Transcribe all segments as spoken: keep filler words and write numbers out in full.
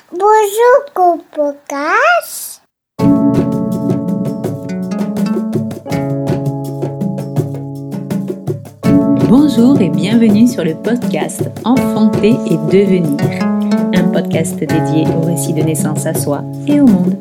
Bonjour, Copocas. Bonjour et bienvenue sur le podcast Enfanter et devenir, un podcast dédié au récit de naissance à soi et au monde.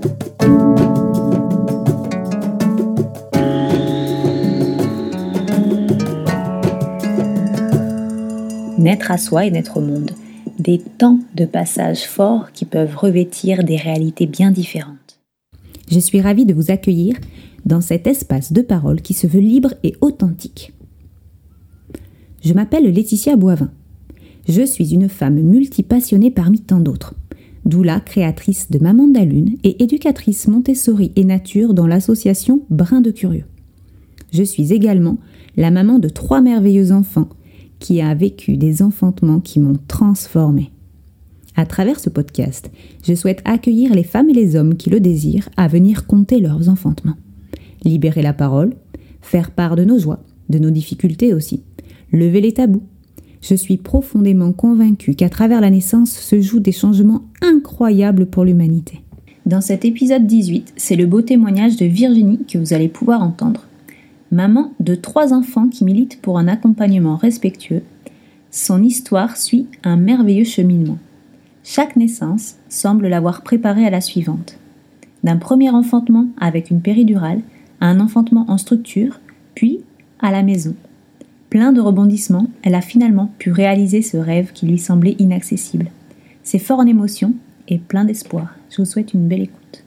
Naître à soi et naître au monde, des temps de passage forts qui peuvent revêtir des réalités bien différentes. Je suis ravie de vous accueillir dans cet espace de parole qui se veut libre et authentique. Je m'appelle Laetitia Boivin. Je suis une femme multipassionnée parmi tant d'autres. Doula, créatrice de Maman de la Lune et éducatrice Montessori et Nature dans l'association Brin de Curieux. Je suis également la maman de trois merveilleux enfants qui a vécu des enfantements qui m'ont transformée. À travers ce podcast, je souhaite accueillir les femmes et les hommes qui le désirent à venir conter leurs enfantements. Libérer la parole, faire part de nos joies, de nos difficultés aussi, lever les tabous. Je suis profondément convaincue qu'à travers la naissance se jouent des changements incroyables pour l'humanité. Dans cet épisode dix-huit, c'est le beau témoignage de Virginie que vous allez pouvoir entendre. Maman de trois enfants qui milite pour un accompagnement respectueux, son histoire suit un merveilleux cheminement. Chaque naissance semble l'avoir préparée à la suivante. D'un premier enfantement avec une péridurale, à un enfantement en structure, puis à la maison. Plein de rebondissements, elle a finalement pu réaliser ce rêve qui lui semblait inaccessible. C'est fort en émotion et plein d'espoir. Je vous souhaite une belle écoute.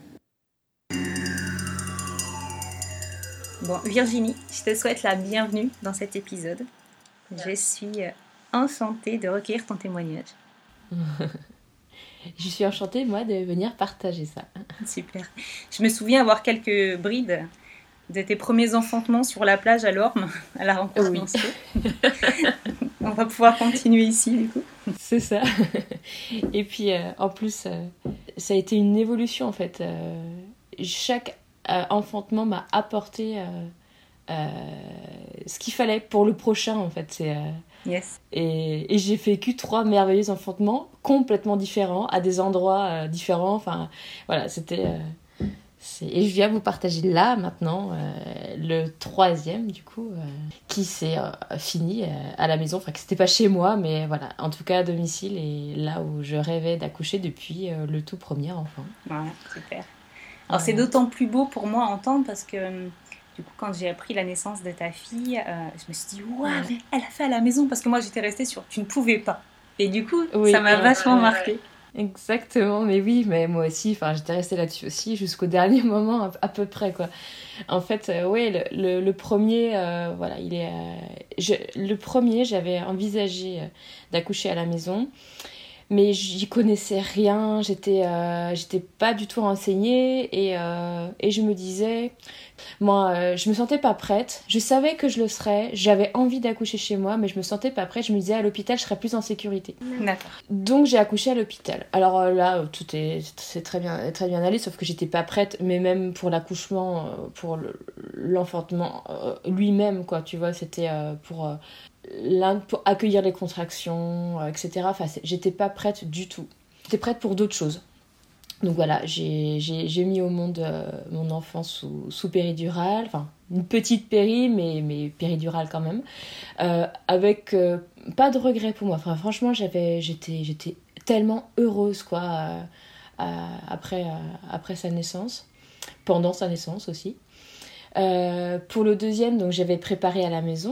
Bon, Virginie, je te souhaite la bienvenue dans cet épisode. Je suis enchantée de recueillir ton témoignage. Je suis enchantée, moi, de venir partager ça. Super. Je me souviens avoir quelques brides de tes premiers enfantements sur la plage à l'Orme, à la rencontre oui. On va pouvoir continuer ici, du coup. C'est ça. Et puis, euh, en plus, euh, ça a été une évolution, en fait. Euh, chaque euh, enfantement m'a apporté euh, euh, ce qu'il fallait pour le prochain, en fait. C'est, euh, yes. Et, et j'ai vécu trois merveilleux enfantements complètement différents, à des endroits euh, différents. Enfin, voilà, c'était... Euh, C'est... Et je viens vous partager là, maintenant, euh, le troisième, du coup, euh, qui s'est euh, fini euh, à la maison. Enfin, que c'était pas chez moi, mais voilà, en tout cas à domicile, et là où je rêvais d'accoucher depuis euh, le tout premier enfant. Ouais, super. Alors, ouais. C'est d'autant plus beau pour moi à entendre parce que, du coup, quand j'ai appris la naissance de ta fille, euh, je me suis dit, waouh, ouais. Elle a fait à la maison, parce que moi, j'étais restée sur tu ne pouvais pas. Et du coup, oui, ça m'a ouais, vachement ouais, marqué. Ouais. Exactement, mais oui, mais moi aussi, enfin, j'étais restée là-dessus aussi jusqu'au dernier moment à, à peu près, quoi. En fait, euh, oui, le, le, le premier, euh, voilà, il est, euh, je, le premier, j'avais envisagé euh, d'accoucher à la maison, mais j'y connaissais rien, j'étais, euh, j'étais pas du tout renseignée et, euh, et je me disais, moi, euh, je me sentais pas prête, je savais que je le serais, j'avais envie d'accoucher chez moi, mais je me sentais pas prête, je me disais à l'hôpital, je serais plus en sécurité. D'accord. Donc j'ai accouché à l'hôpital. Alors euh, là, tout est, c'est très bien, très bien allé, sauf que j'étais pas prête, mais même pour l'accouchement, euh, pour le, l'enfantement euh, lui-même, quoi, tu vois, c'était euh, pour... Euh, pour accueillir les contractions, et cetera. Enfin, j'étais pas prête du tout. J'étais prête pour d'autres choses. Donc voilà, j'ai, j'ai, j'ai mis au monde euh, mon enfant sous, sous péridurale, enfin une petite péri, mais, mais péridurale quand même, euh, avec euh, pas de regrets pour moi. Enfin, franchement, j'avais, j'étais, j'étais tellement heureuse, quoi, euh, euh, après, euh, après sa naissance, pendant sa naissance aussi. Euh, pour le deuxième, donc j'avais préparé à la maison.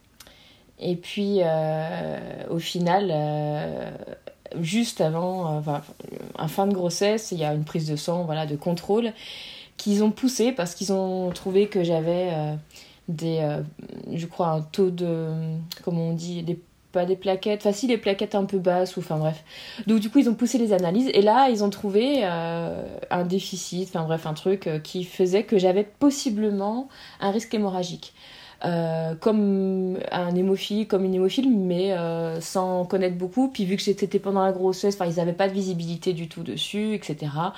Et puis, euh, au final, euh, juste avant, euh, enfin, en fin de grossesse, il y a une prise de sang, voilà, de contrôle, qu'ils ont poussé parce qu'ils ont trouvé que j'avais euh, des, euh, je crois, un taux de, comment on dit, des, pas des plaquettes, enfin si, les plaquettes un peu basses, ou enfin bref. Donc du coup, ils ont poussé les analyses et là, ils ont trouvé euh, un déficit, enfin bref, un truc euh, qui faisait que j'avais possiblement un risque hémorragique. Euh, comme un hémophile, comme une hémophile, mais euh, sans connaître beaucoup. Puis vu que c'était pendant la grossesse, ils n'avaient pas de visibilité du tout dessus, et cetera.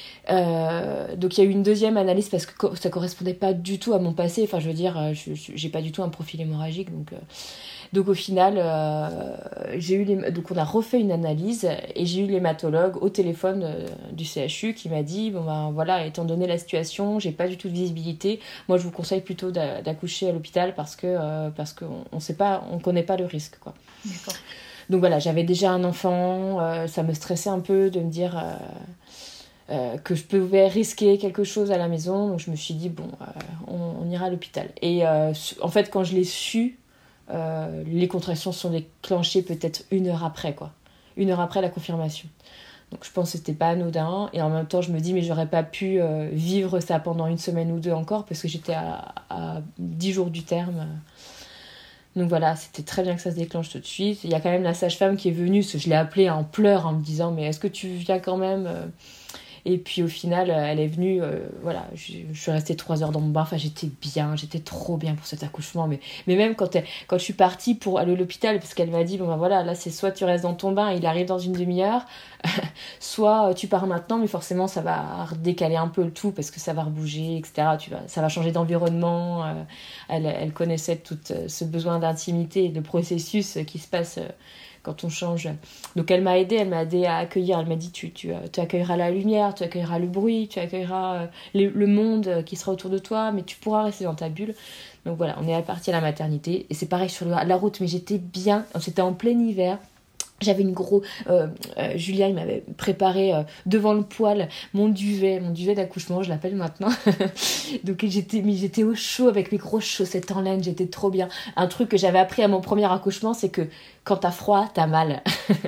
Euh, donc il y a eu une deuxième analyse parce que ça correspondait pas du tout à mon passé. Enfin, je veux dire, je, je, j'ai pas du tout un profil hémorragique. Donc, euh... Donc au final, euh, j'ai eu les... donc on a refait une analyse et j'ai eu l'hématologue au téléphone euh, du C H U qui m'a dit bon ben voilà, étant donné la situation, j'ai pas du tout de visibilité. Moi je vous conseille plutôt d'a- d'accoucher à l'hôpital parce que euh, parce qu'on on sait pas, on connaît pas le risque quoi. D'accord. Donc voilà, j'avais déjà un enfant, euh, ça me stressait un peu de me dire euh, euh, que je pouvais risquer quelque chose à la maison. Donc je me suis dit bon, euh, on, on ira à l'hôpital. Et euh, en fait quand je l'ai su. Euh, les contractions sont déclenchées peut-être une heure après, quoi. Une heure après la confirmation. Donc je pense que c'était pas anodin. Et en même temps, je me dis, mais j'aurais pas pu euh, vivre ça pendant une semaine ou deux encore parce que j'étais à, à dix jours du terme. Donc voilà, c'était très bien que ça se déclenche tout de suite. Il y a quand même la sage-femme qui est venue, parce que je l'ai appelée en pleurs en me disant, mais est-ce que tu viens quand même ? Et puis au final, elle est venue, euh, voilà, je, je suis restée trois heures dans mon bain, enfin j'étais bien, j'étais trop bien pour cet accouchement, mais, mais même quand, elle, quand je suis partie pour aller à l'hôpital, parce qu'elle m'a dit, bon ben voilà, là c'est soit tu restes dans ton bain, il arrive dans une demi-heure, soit tu pars maintenant, mais forcément ça va décaler un peu le tout, parce que ça va rebouger, et cetera. Tu vas, ça va changer d'environnement, euh, elle, elle connaissait tout ce besoin d'intimité et de processus qui se passe... Euh, quand on change. Donc elle m'a aidée, elle m'a aidée à accueillir, elle m'a dit tu, tu, tu accueilleras la lumière, tu accueilleras le bruit, tu accueilleras euh, les, le monde qui sera autour de toi, mais tu pourras rester dans ta bulle. Donc voilà, on est parti à la maternité, et c'est pareil sur la route, mais j'étais bien, c'était en plein hiver. J'avais une grosse... Euh, euh, Julien, il m'avait préparé euh, devant le poêle mon duvet, mon duvet d'accouchement, je l'appelle maintenant. Donc j'étais, mais j'étais au chaud avec mes grosses chaussettes en laine, j'étais trop bien. Un truc que j'avais appris à mon premier accouchement, c'est que quand t'as froid, t'as mal.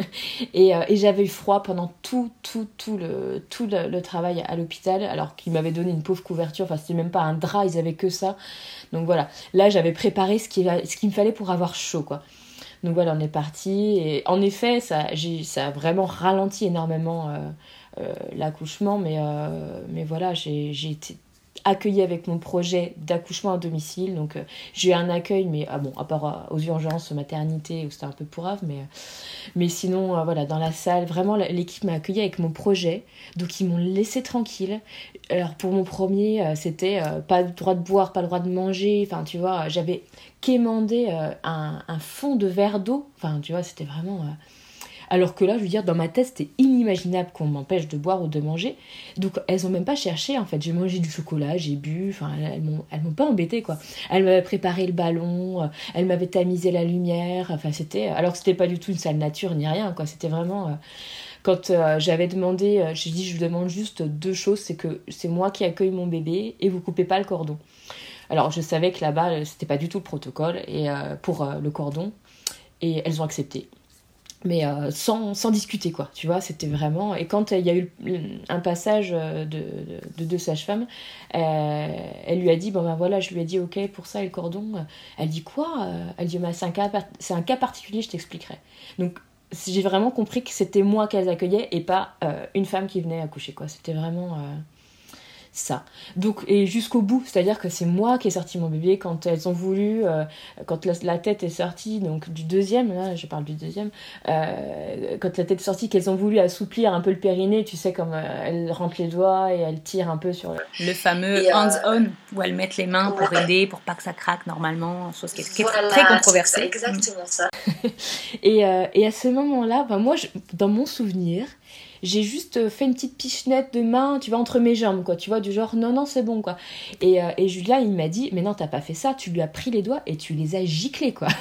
et, euh, et j'avais eu froid pendant tout, tout, tout, le, tout le, le travail à l'hôpital, alors qu'ils m'avaient donné une pauvre couverture, enfin c'était même pas un drap, ils avaient que ça. Donc voilà, là j'avais préparé ce qu'il, ce qu'il me fallait pour avoir chaud, quoi. Donc voilà, on est parti. Et en effet, ça, j'ai, ça a vraiment ralenti énormément euh, euh, l'accouchement. Mais, euh, mais voilà, j'ai, j'ai été accueillie avec mon projet d'accouchement à domicile. Donc euh, j'ai eu un accueil, mais ah bon, à part euh, aux urgences, aux maternités, où c'était un peu pourrave. Mais, mais sinon, euh, voilà, dans la salle, vraiment, l'équipe m'a accueillie avec mon projet. Donc ils m'ont laissé tranquille. Alors pour mon premier, euh, c'était euh, pas le droit de boire, pas le droit de manger. Enfin, tu vois, j'avais... quémander euh, un, un fond de verre d'eau. Enfin, tu vois, c'était vraiment... Euh... Alors que là, je veux dire, dans ma tête, c'était inimaginable qu'on m'empêche de boire ou de manger. Donc, elles ont même pas cherché, en fait. J'ai mangé du chocolat, j'ai bu. Enfin, elles, elles, m'ont, elles m'ont pas embêtée, quoi. Elles m'avaient préparé le ballon, euh, elles m'avaient tamisé la lumière. Enfin, c'était... Alors que c'était pas du tout une salle nature, ni rien, quoi. C'était vraiment... Euh... Quand euh, j'avais demandé... Euh, j'ai dit, je vous demande juste deux choses. C'est que c'est moi qui accueille mon bébé et vous coupez pas le cordon. Alors, je savais que là-bas, c'était pas du tout le protocole et, euh, pour euh, le cordon. Et elles ont accepté. Mais euh, sans, sans discuter, quoi. Tu vois, c'était vraiment... Et quand il y a eu un passage de, de, de deux sages-femmes, euh, elle lui a dit, bon ben voilà, je lui ai dit, ok, pour ça, et le cordon. Elle dit, quoi ? Elle dit, bah, c'est, un cas, c'est un cas particulier, je t'expliquerai. Donc, j'ai vraiment compris que c'était moi qu'elles accueillaient et pas euh, une femme qui venait accoucher, quoi. C'était vraiment... Euh... ça. Donc, et jusqu'au bout, c'est-à-dire que c'est moi qui ai sorti mon bébé quand elles ont voulu, euh, quand la, la tête est sortie, donc du deuxième, là je parle du deuxième, euh, quand la tête est sortie, qu'elles ont voulu assouplir un peu le périnée, tu sais, comme euh, elles rentrent les doigts et elles tirent un peu sur le... Le fameux et, euh, hands-on, où elles mettent les mains pour ouais. aider, pour pas que ça craque normalement, chose qui est, qui est voilà, très controversée. C'est exactement ça. et, euh, et à ce moment-là, ben moi, je, dans mon souvenir, j'ai juste fait une petite pichenette de main, tu vois, entre mes jambes, quoi, tu vois, du genre, non, non, c'est bon, quoi. Et, euh, et Julien, il m'a dit, mais non, t'as pas fait ça, tu lui as pris les doigts et tu les as giclés, quoi.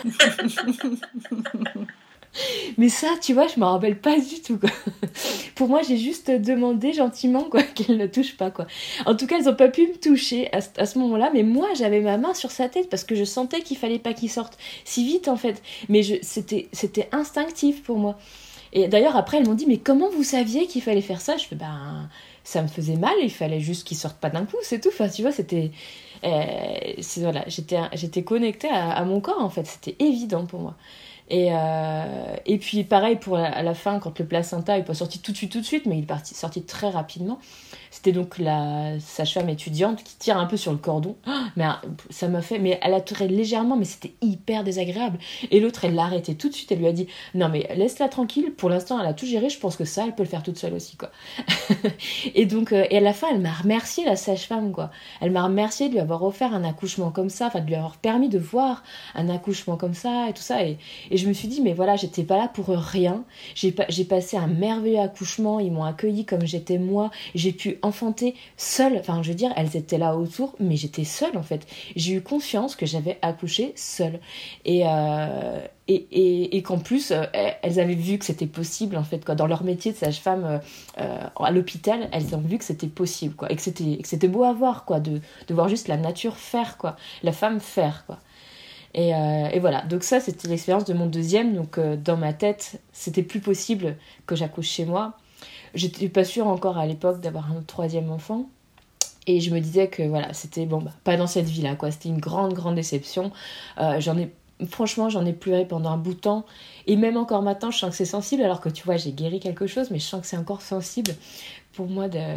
Mais ça, tu vois, je m'en rappelle pas du tout, quoi. Pour moi, j'ai juste demandé gentiment, quoi, qu'elle ne touche pas, quoi. En tout cas, elles ont pas pu me toucher à, à ce moment-là, mais moi, j'avais ma main sur sa tête parce que je sentais qu'il fallait pas qu'il sorte si vite, en fait. Mais je, c'était, c'était instinctif pour moi. Et d'ailleurs, après, elles m'ont dit, mais comment vous saviez qu'il fallait faire ça ? Je fais, ben, ça me faisait mal, il fallait juste qu'il sorte pas d'un coup, c'est tout. Enfin, tu vois, c'était... Euh, c'est, voilà, j'étais, j'étais connectée à, à mon corps, en fait, c'était évident pour moi. Et, euh, et puis pareil pour la, à la fin, quand le placenta n'est pas sorti tout de suite, tout de suite, mais il est parti, sorti très rapidement. C'était donc la sage-femme étudiante qui tire un peu sur le cordon. Oh, mais ça m'a fait, mais elle a tiré légèrement, mais c'était hyper désagréable. Et l'autre, elle l'a arrêté tout de suite. Elle lui a dit non mais laisse-la tranquille. Pour l'instant, elle a tout géré. Je pense que ça, elle peut le faire toute seule aussi, quoi. Et donc, euh, et à la fin, elle m'a remercié, la sage-femme, quoi. Elle m'a remercié de lui avoir offert un accouchement comme ça, enfin de lui avoir permis de voir un accouchement comme ça et tout ça. Et, et je me suis dit mais voilà, j'étais pas là pour rien. J'ai, j'ai passé un merveilleux accouchement. Ils m'ont accueilli comme j'étais moi. J'ai pu enfanter seule, enfin je veux dire, elles étaient là autour, mais j'étais seule en fait. J'ai eu confiance que j'avais accouché seule. Et, euh, et, et, et qu'en plus, euh, elles avaient vu que c'était possible en fait, quoi. Dans leur métier de sage-femme euh, euh, à l'hôpital, elles ont vu que c'était possible, quoi. Et que c'était, que c'était beau à voir, quoi, de, de voir juste la nature faire, quoi. La femme faire, quoi. Et, euh, et voilà, donc ça c'était l'expérience de mon deuxième. Donc euh, dans ma tête, c'était plus possible que j'accouche chez moi. J'étais pas sûre encore à l'époque d'avoir un troisième enfant. Et je me disais que voilà, c'était bon, bah, pas dans cette vie-là, quoi. C'était une grande, grande déception. Euh, j'en ai, franchement, j'en ai pleuré pendant un bout de temps. Et même encore maintenant, je sens que c'est sensible, alors que tu vois, j'ai guéri quelque chose, mais je sens que c'est encore sensible pour moi de.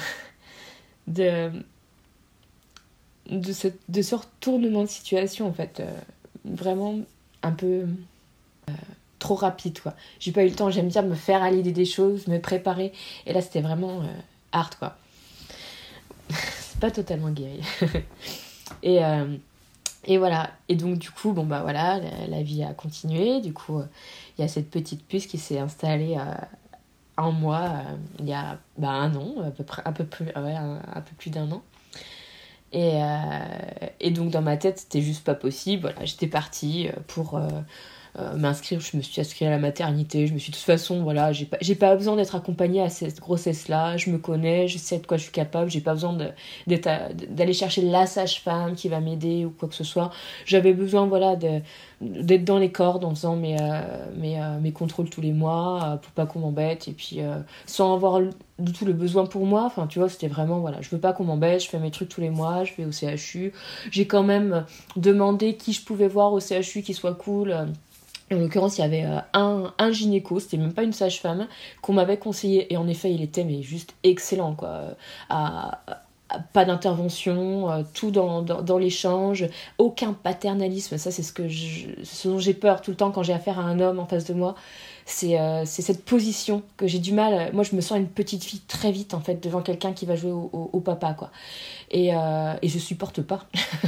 de. de ce, de ce retournement de situation, en fait. Euh, vraiment un peu. Euh, trop rapide, quoi. J'ai pas eu le temps, j'aime bien me faire à l'idée des choses, me préparer, et là c'était vraiment euh, hard, quoi. C'est pas totalement guéri. et, euh, et voilà, et donc du coup, bon bah voilà, la, la vie a continué, du coup, il euh, y a cette petite puce qui s'est installée euh, en moi, euh, il y a bah, un an, à peu près, un peu plus, ouais, un, un peu plus d'un an. Et, euh, et donc dans ma tête, c'était juste pas possible, voilà, j'étais partie pour... Euh, Euh, m'inscrire, je me suis inscrite à la maternité, je me suis de toute façon, voilà, j'ai pas, j'ai pas besoin d'être accompagnée à cette grossesse-là, je me connais, je sais de quoi je suis capable, j'ai pas besoin de, d'être à, d'aller chercher la sage-femme qui va m'aider ou quoi que ce soit. J'avais besoin, voilà, de, d'être dans les cordes en faisant mes, euh, mes, euh, mes contrôles tous les mois euh, pour pas qu'on m'embête, et puis euh, sans avoir du tout le besoin pour moi, enfin tu vois, c'était vraiment, voilà, je veux pas qu'on m'embête, je fais mes trucs tous les mois, je vais au C H U, j'ai quand même demandé qui je pouvais voir au C H U qui soit cool. En l'occurrence, il y avait un, un gynéco, c'était même pas une sage-femme, qu'on m'avait conseillé. Et en effet, il était mais juste excellent, quoi. À, à, pas d'intervention, euh, tout dans, dans, dans l'échange, aucun paternalisme. Ça, c'est ce, que je, ce dont j'ai peur tout le temps quand j'ai affaire à un homme en face de moi. C'est, euh, c'est cette position que j'ai du mal. Moi, je me sens une petite fille très vite, en fait, devant quelqu'un qui va jouer au, au, au papa, quoi. Et, euh, et je supporte pas.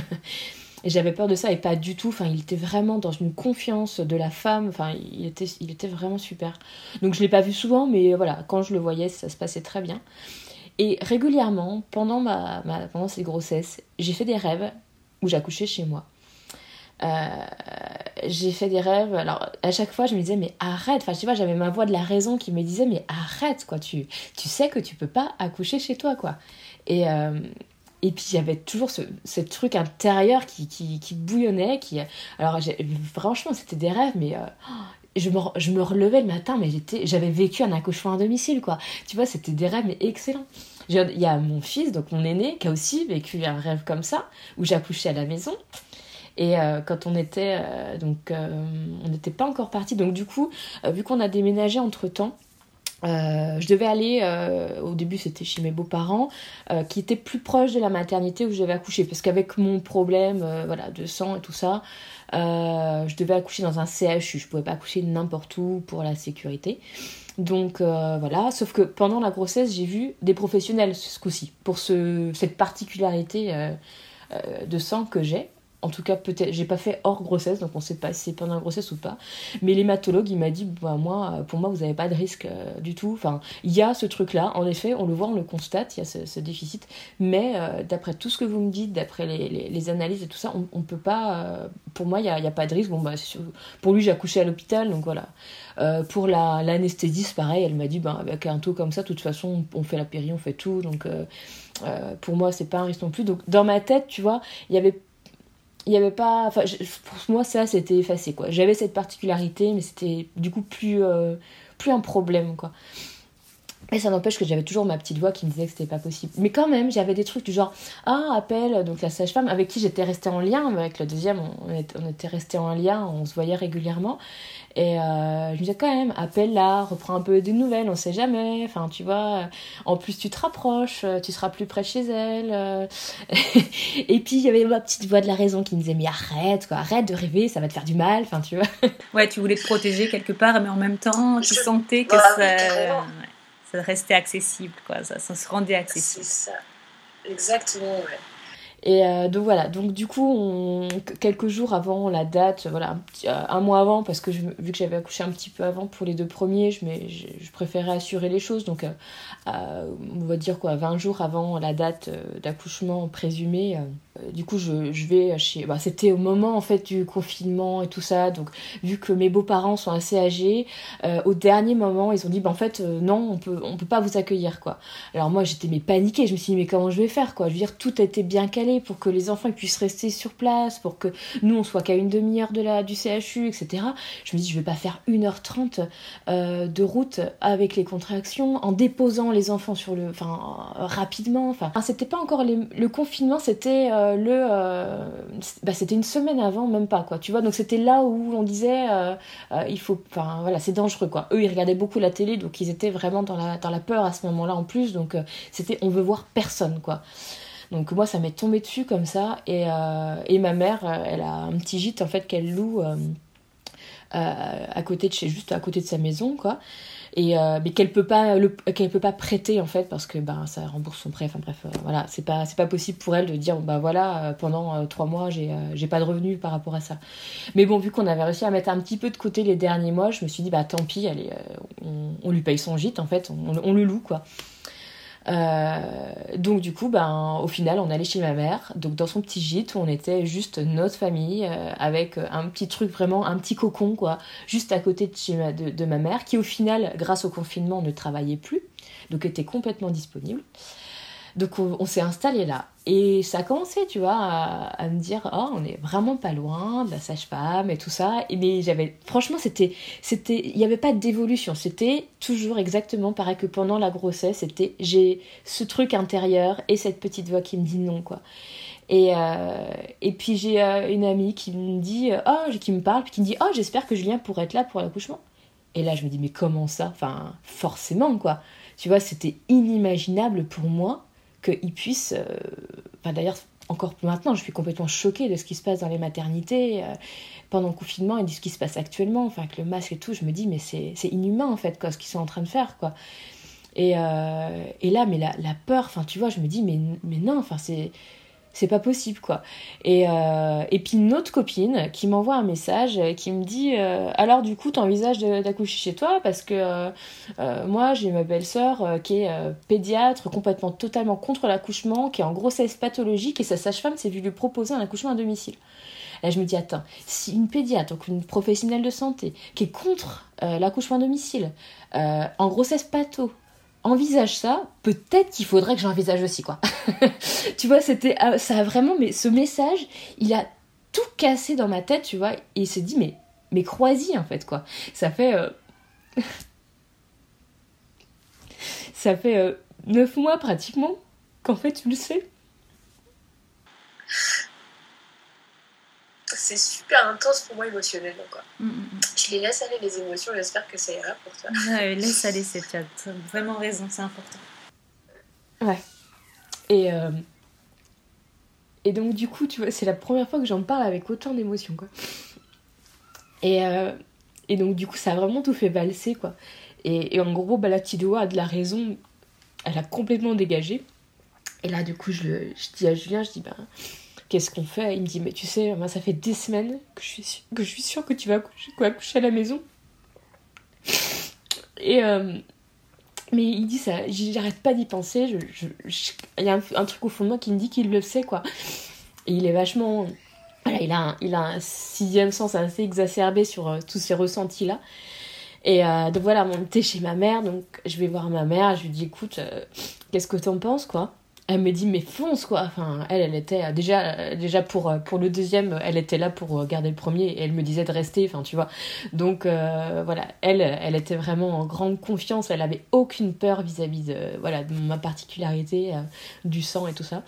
Et j'avais peur de ça, et pas du tout. Enfin, il était vraiment dans une confiance de la femme. Enfin, il était, il était vraiment super. Donc, je l'ai pas vu souvent, mais voilà, quand je le voyais, ça se passait très bien. Et régulièrement, pendant, ma, ma, pendant cette grossesse, j'ai fait des rêves où j'accouchais chez moi. Euh, j'ai fait des rêves. Alors, à chaque fois, je me disais, mais arrête. Enfin, tu vois, j'avais ma voix de la raison qui me disait, mais arrête, quoi. Tu, tu sais que tu peux pas accoucher chez toi, quoi. Et... Euh, Et puis, il y avait toujours ce, ce truc intérieur qui, qui, qui bouillonnait. Qui... Alors, j'ai... franchement, c'était des rêves, mais euh, je, me, je me relevais le matin, mais j'étais... j'avais vécu un accouchement à domicile, quoi. Tu vois, c'était des rêves, mais excellents. Il y a mon fils, donc mon aîné, qui a aussi vécu un rêve comme ça, où j'accouchais à la maison. Et euh, quand on était... Euh, donc, euh, on n'était pas encore partis. Donc, du coup, euh, vu qu'on a déménagé entre-temps, Euh, je devais aller, euh, au début c'était chez mes beaux-parents, euh, qui étaient plus proches de la maternité où je devais accoucher, parce qu'avec mon problème euh, voilà, de sang et tout ça, euh, je devais accoucher dans un C H U, je pouvais pas accoucher n'importe où pour la sécurité. Donc euh, voilà, sauf que pendant la grossesse j'ai vu des professionnels ce coup-ci, pour ce, cette particularité euh, euh, de sang que j'ai. En tout cas, peut-être, j'ai pas fait hors grossesse, donc on sait pas si c'est pendant la grossesse ou pas. Mais l'hématologue, il m'a dit, bah, moi, pour moi, vous avez pas de risque euh, du tout. Enfin, il y a ce truc-là, en effet, on le voit, on le constate, il y a ce, ce déficit. Mais euh, d'après tout ce que vous me dites, d'après les, les, les analyses et tout ça, on, on peut pas. Euh, pour moi, il y a, y a pas de risque. Bon, bah, sûr, pour lui, j'ai accouché à l'hôpital, donc voilà. Euh, pour la, l'anesthésie, c'est pareil, elle m'a dit, bah, avec un taux comme ça, de toute façon, on fait la péri, on fait tout. Donc, euh, euh, pour moi, c'est pas un risque non plus. Donc, dans ma tête, tu vois, il y avait. Il y avait pas, enfin, je, pour moi ça c'était effacé, quoi. J'avais cette particularité, mais c'était du coup plus euh, plus un problème, quoi. Et ça n'empêche que j'avais toujours ma petite voix qui me disait que c'était pas possible. Mais quand même, j'avais des trucs du genre, ah, appelle donc la sage-femme, avec qui j'étais restée en lien, avec le deuxième, on était, on était restés en lien, on se voyait régulièrement. Et euh, je me disais quand même, appelle-la, reprends un peu des nouvelles, on sait jamais. Enfin, tu vois, en plus tu te rapproches, tu seras plus près de chez elle. Et puis il y avait ma petite voix de la raison qui me disait, mais arrête, quoi, arrête de rêver, ça va te faire du mal. Enfin, tu vois. Ouais, tu voulais te protéger quelque part, mais en même temps, tu Je... sentais que bah, ça, ouais, ça restait accessible, quoi. Ça, ça se rendait accessible. C'est ça, exactement, ouais. Et euh, donc voilà, donc du coup, on, quelques jours avant la date, voilà, un, petit, euh, un mois avant, parce que je, vu que j'avais accouché un petit peu avant pour les deux premiers, je, je, je préférais assurer les choses, donc euh, euh, on va dire quoi, vingt jours avant la date euh, d'accouchement présumée, euh, du coup je, je vais chez... Bah, c'était au moment en fait du confinement et tout ça, donc vu que mes beaux-parents sont assez âgés, euh, au dernier moment ils ont dit, bah, en fait euh, non, on peut, on peut pas vous accueillir, quoi. Alors moi j'étais mais paniquée, je me suis dit mais comment je vais faire, quoi. Je veux dire, tout a été bien calé pour que les enfants puissent rester sur place, pour que nous on soit qu'à une demi-heure de la, du C H U, et cetera. Je me dis je vais pas faire une heure trente euh, de route avec les contractions, en déposant les enfants sur le... Enfin, euh, rapidement, enfin... C'était pas encore les, le confinement, c'était euh, le... Euh, bah, c'était une semaine avant, même pas, quoi, tu vois. Donc c'était là où on disait, euh, euh, il faut... Enfin, voilà, c'est dangereux, quoi. Eux, ils regardaient beaucoup la télé, donc ils étaient vraiment dans la, dans la peur à ce moment-là, en plus, donc euh, c'était, on veut voir personne, quoi. Donc moi, ça m'est tombé dessus comme ça. Et, euh, et ma mère, elle a un petit gîte en fait qu'elle loue euh, euh, à côté de chez, juste à côté de sa maison, quoi. Et euh, mais qu'elle peut pas le, qu'elle peut pas prêter en fait parce que ben ça rembourse son prêt. Enfin bref, euh, voilà, c'est pas c'est pas possible pour elle de dire bah voilà euh, pendant euh, trois mois j'ai euh, j'ai pas de revenus par rapport à ça. Mais bon, vu qu'on avait réussi à mettre un petit peu de côté les derniers mois, je me suis dit bah tant pis, allez, euh, on, on lui paye son gîte en fait, on, on le loue, quoi. Euh, donc du coup ben au final on allait chez ma mère, donc dans son petit gîte où on était juste notre famille euh, avec un petit truc, vraiment un petit cocon, quoi, juste à côté de, chez ma, de, de ma mère qui au final grâce au confinement ne travaillait plus, donc était complètement disponible. Donc on, on s'est installé là et ça a commencé, tu vois, à, à me dire oh on est vraiment pas loin de la sage-femme et tout ça. Et mais j'avais franchement c'était c'était il y avait pas d'évolution, c'était toujours exactement pareil que pendant la grossesse. C'était j'ai ce truc intérieur et cette petite voix qui me dit non, quoi. Et euh, et puis j'ai euh, une amie qui me dit oh qui me parle puis qui me dit oh j'espère que Julien pourrait être là pour l'accouchement. Et là je me dis mais comment ça, enfin forcément, quoi. Tu vois, c'était inimaginable pour moi qu'il puisse... Euh... Enfin, d'ailleurs, encore maintenant, je suis complètement choquée de ce qui se passe dans les maternités euh, pendant le confinement et de ce qui se passe actuellement. Enfin, avec le masque et tout, je me dis, mais c'est, c'est inhumain, en fait, quoi, ce qu'ils sont en train de faire, quoi. Et, euh... et là, mais la, la peur, enfin, tu vois, je me dis, mais, mais non, enfin, c'est... c'est pas possible, quoi. Et, euh, et puis une autre copine qui m'envoie un message qui me dit euh, alors du coup t'envisages de, d'accoucher chez toi parce que euh, euh, moi j'ai ma belle-sœur euh, qui est euh, pédiatre, complètement totalement contre l'accouchement, qui est en grossesse pathologique et sa sage-femme s'est vue lui proposer un accouchement à domicile. Là je me dis attends, si une pédiatre, donc une professionnelle de santé qui est contre euh, l'accouchement à domicile euh, en grossesse patho envisage ça, peut-être qu'il faudrait que j'envisage aussi, quoi. Tu vois, c'était ça a vraiment, mais ce message, il a tout cassé dans ma tête, tu vois, et il s'est dit mais mais crois-y, en fait, quoi. Ça fait euh... ça fait euh, neuf mois pratiquement qu'en fait tu le sais. C'est super intense pour moi émotionnellement, quoi. Mmh, mmh. Je les laisse aller, les émotions, j'espère que ça ira pour toi. Ouais, laisse aller, c'est, tu as vraiment raison, c'est important. Ouais. Et, euh... et donc du coup, tu vois, c'est la première fois que j'en parle avec autant d'émotions, quoi. Et, euh... et donc du coup, ça a vraiment tout fait valser, quoi. Et, et en gros, bah, la petite voix a de la raison, elle a complètement dégagé. Et là, du coup, je, le... je dis à Julien, je dis, bah... qu'est-ce qu'on fait ? Il me dit, mais tu sais, moi, ça fait des semaines que je suis sûre que, je suis sûre que tu vas accoucher, quoi, accoucher à la maison. Et euh, mais il dit ça, j'arrête pas d'y penser. Je, je, je, il y a un, un truc au fond de moi qui me dit qu'il le sait, quoi. Et il est vachement... Voilà, il a un, il a un sixième sens assez exacerbé sur euh, tous ces ressentis-là. Et euh, donc voilà, on était chez ma mère, donc je vais voir ma mère, je lui dis, écoute, euh, qu'est-ce que t'en penses, quoi ? elle me dit mais fonce quoi, enfin elle elle était déjà déjà pour pour le deuxième, elle était là pour garder le premier et elle me disait de rester, enfin tu vois, donc euh, voilà, elle elle était vraiment en grande confiance, elle avait aucune peur vis-à-vis de voilà de ma particularité, euh, du sang et tout ça.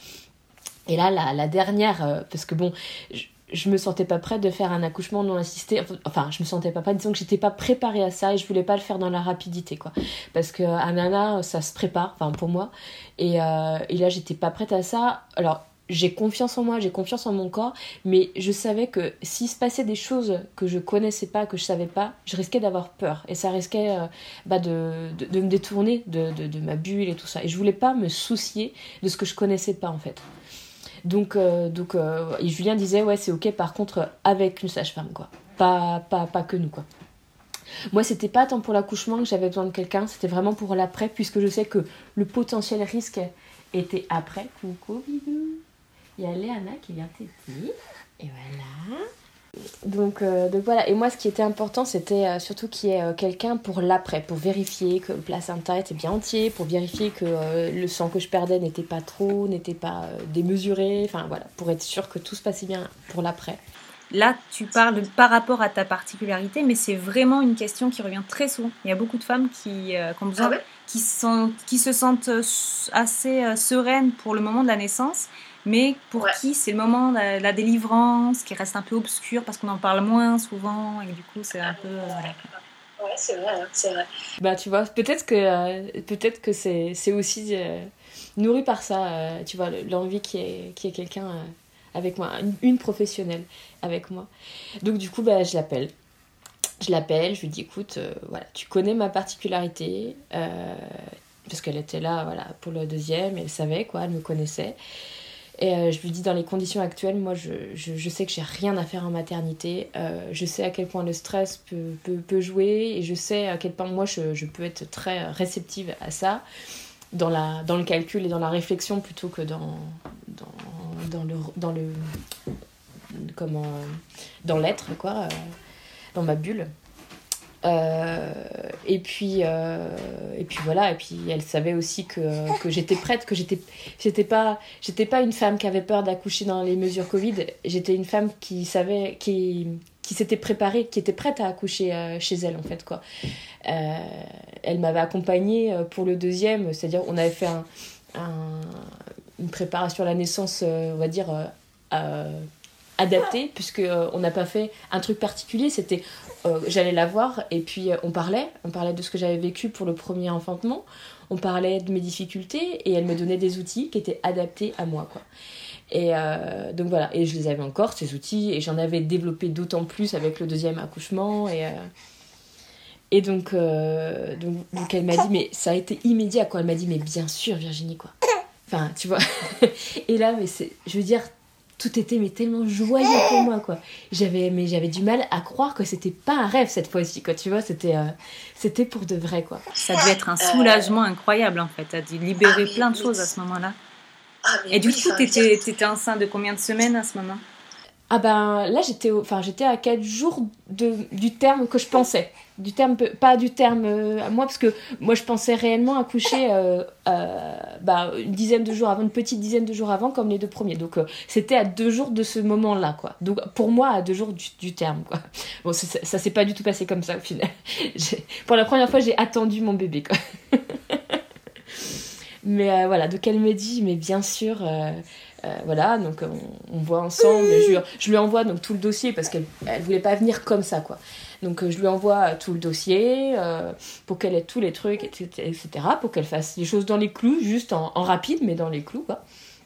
Et là la, la dernière, euh, parce que bon je, je me sentais pas prête de faire un accouchement non assisté, enfin je me sentais pas prête, disons que j'étais pas préparée à ça et je voulais pas le faire dans la rapidité quoi, parce que un nana ça se prépare, enfin pour moi, et, euh, et là j'étais pas prête à ça. Alors j'ai confiance en moi, j'ai confiance en mon corps, mais je savais que s'il se passait des choses que je connaissais pas, que je savais pas, je risquais d'avoir peur et ça risquait euh, bah de, de, de me détourner de, de, de ma bulle et tout ça, et je voulais pas me soucier de ce que je connaissais pas en fait. Donc, euh, donc euh, et Julien disait ouais c'est ok par contre avec une sage-femme quoi, pas, pas, pas que nous quoi. Moi c'était pas tant pour l'accouchement que j'avais besoin de quelqu'un, c'était vraiment pour l'après, puisque je sais que le potentiel risque était après. Coucou bidou, il y a Léana qui vient t'aider et voilà. Donc, euh, donc voilà, et moi ce qui était important c'était euh, surtout qu'il y ait euh, quelqu'un pour l'après, pour vérifier que le placenta était bien entier, pour vérifier que euh, le sang que je perdais n'était pas trop, n'était pas euh, démesuré, enfin voilà, pour être sûr que tout se passait bien pour l'après. Là, tu parles par rapport à ta particularité, mais c'est vraiment une question qui revient très souvent. Il y a beaucoup de femmes qui, euh, qui ont besoin, Ah ouais qui, sont, qui se sentent assez euh, sereines pour le moment de la naissance, mais pour Ouais. qui c'est le moment de la, la délivrance, qui reste un peu obscur parce qu'on en parle moins souvent, et du coup c'est un peu... Euh, voilà. Ouais, c'est vrai, hein, c'est vrai. Bah tu vois, peut-être que, euh, peut-être que c'est, c'est aussi euh, nourri par ça, euh, tu vois, l'envie qu'il y ait, qu'il y ait quelqu'un euh, avec moi, une, une professionnelle avec moi. Donc du coup, bah, je l'appelle. Je l'appelle, je lui dis écoute, euh, voilà, tu connais ma particularité, euh, parce qu'elle était là voilà, pour le deuxième, elle savait quoi, elle me connaissait. Et euh, je lui dis dans les conditions actuelles, moi je, je, je sais que j'ai rien à faire en maternité, euh, je sais à quel point le stress peut, peut, peut jouer et je sais à quel point moi je, je peux être très réceptive à ça, dans, la, dans le calcul et dans la réflexion plutôt que dans, dans, dans le... Dans le comment, dans l'être quoi, euh, dans ma bulle. Euh, et puis euh, et puis voilà, et puis elle savait aussi que, que j'étais prête, que j'étais j'étais pas j'étais pas une femme qui avait peur d'accoucher dans les mesures Covid, j'étais une femme qui savait qui qui s'était préparée, qui était prête à accoucher euh, chez elle en fait quoi. Euh, elle m'avait accompagnée pour le deuxième, c'est-à-dire on avait fait un, un, une préparation à la naissance, euh, on va dire euh, euh, adapté, puisque euh, on n'a pas fait un truc particulier, c'était euh, j'allais la voir et puis euh, on parlait on parlait de ce que j'avais vécu pour le premier enfantement, on parlait de mes difficultés et elle me donnait des outils qui étaient adaptés à moi quoi. Et euh, donc voilà, et je les avais encore ces outils et j'en avais développé d'autant plus avec le deuxième accouchement et euh, et donc, euh, donc donc elle m'a dit mais ça a été immédiat quoi, elle m'a dit mais bien sûr Virginie quoi, enfin tu vois. Et là mais c'est, je veux dire, tout était mais tellement joyeux pour moi quoi. J'avais mais j'avais du mal à croire que c'était pas un rêve cette fois-ci quoi, tu vois, c'était euh, c'était pour de vrai quoi. Ça devait être un soulagement euh... incroyable en fait, t'as dû libérer ah, plein de choses à ce moment-là. Ah, et du oui, coup t'étais, t'étais enceinte de combien de semaines à ce moment? Ah ben là j'étais enfin j'étais à quatre jours de du terme que je pensais, du terme pas du terme euh, moi, parce que moi je pensais réellement accoucher euh, euh, bah, une dizaine de jours avant, une petite dizaine de jours avant comme les deux premiers, donc euh, c'était à deux jours de ce moment là quoi, donc pour moi à deux jours du, du terme quoi. Bon ça, ça, ça s'est pas du tout passé comme ça au final. J'ai, pour la première fois j'ai attendu mon bébé quoi. Mais euh, voilà, donc elle me dit mais bien sûr euh, Euh, voilà, donc on, on voit ensemble, je, je lui envoie donc tout le dossier parce qu'elle elle voulait pas venir comme ça quoi, donc euh, je lui envoie tout le dossier euh, pour qu'elle ait tous les trucs et cetera, pour qu'elle fasse les choses dans les clous, juste en, en rapide mais dans les clous quoi.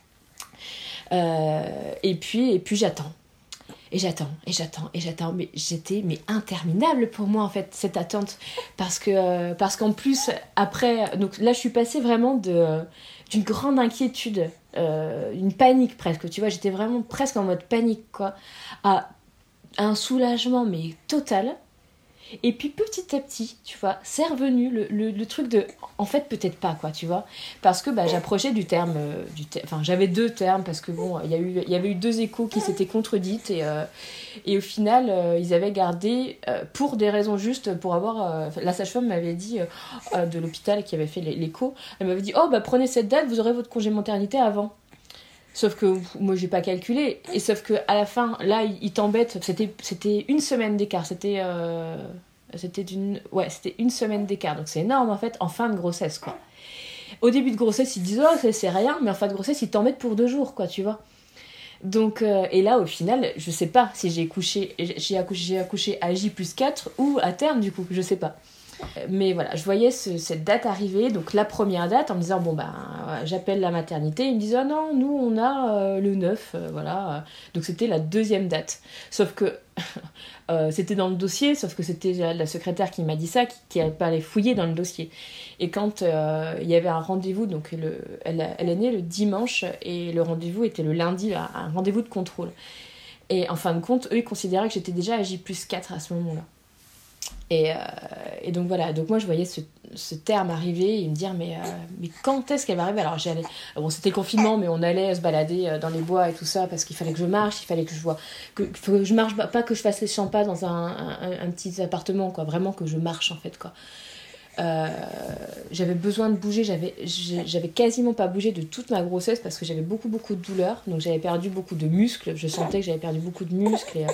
Euh, et puis et puis j'attends et j'attends et j'attends et j'attends, mais j'étais mais interminable pour moi en fait cette attente, parce que euh, parce qu'en plus après, donc là je suis passée vraiment de d'une grande inquiétude, euh, une panique presque, tu vois, j'étais vraiment presque en mode panique quoi, à un soulagement mais total. Et puis petit à petit, tu vois, c'est revenu le, le, le truc de, en fait peut-être pas quoi, tu vois, parce que bah, j'approchais du terme, euh, du ter- enfin j'avais deux termes parce que bon, il y a eu, il y avait eu deux échos qui s'étaient contredites et euh, et au final euh, ils avaient gardé euh, pour des raisons justes, pour avoir, euh, la sage-femme m'avait dit euh, de l'hôpital qui avait fait l'écho, elle m'avait dit oh bah prenez cette date, vous aurez votre congé maternité avant. Sauf que moi j'ai pas calculé, et sauf que à la fin là il, il t'embête, c'était c'était une semaine d'écart, c'était euh, c'était d'une ouais c'était une semaine d'écart, donc c'est énorme en fait en fin de grossesse quoi. Au début de grossesse ils disent oh c'est, c'est rien, mais en fin de grossesse ils t'embêtent pour deux jours quoi, tu vois. Donc euh, et là au final je sais pas si j'ai couché j'ai accouché j'ai accouché à J plus quatre ou à terme du coup, je sais pas. Mais voilà, je voyais ce, cette date arriver, donc la première date, en me disant, bon ben, euh, j'appelle la maternité, ils me disent, oh non, nous on a euh, le neuf, euh, voilà. Donc c'était la deuxième date. Sauf que euh, c'était dans le dossier, sauf que c'était la secrétaire qui m'a dit ça, qui n'allait pas aller fouiller dans le dossier. Et quand euh, il y avait un rendez-vous, donc le, elle, elle est née le dimanche, et le rendez-vous était le lundi, un rendez-vous de contrôle. Et en fin de compte, eux, ils considéraient que j'étais déjà à J plus quatre à ce moment-là. Et, euh, et donc voilà, donc moi je voyais ce, ce terme arriver et me dire mais, euh, mais quand est-ce qu'elle va arriver. Alors j'allais, bon c'était le confinement mais on allait se balader dans les bois et tout ça parce qu'il fallait que je marche, il fallait que je vois, que, que je marche, pas que je fasse les champas dans un, un, un petit appartement quoi, vraiment que je marche en fait quoi. Euh, j'avais besoin de bouger, j'avais, j'avais quasiment pas bougé de toute ma grossesse parce que j'avais beaucoup beaucoup de douleurs, donc j'avais perdu beaucoup de muscles, je sentais que j'avais perdu beaucoup de muscles et...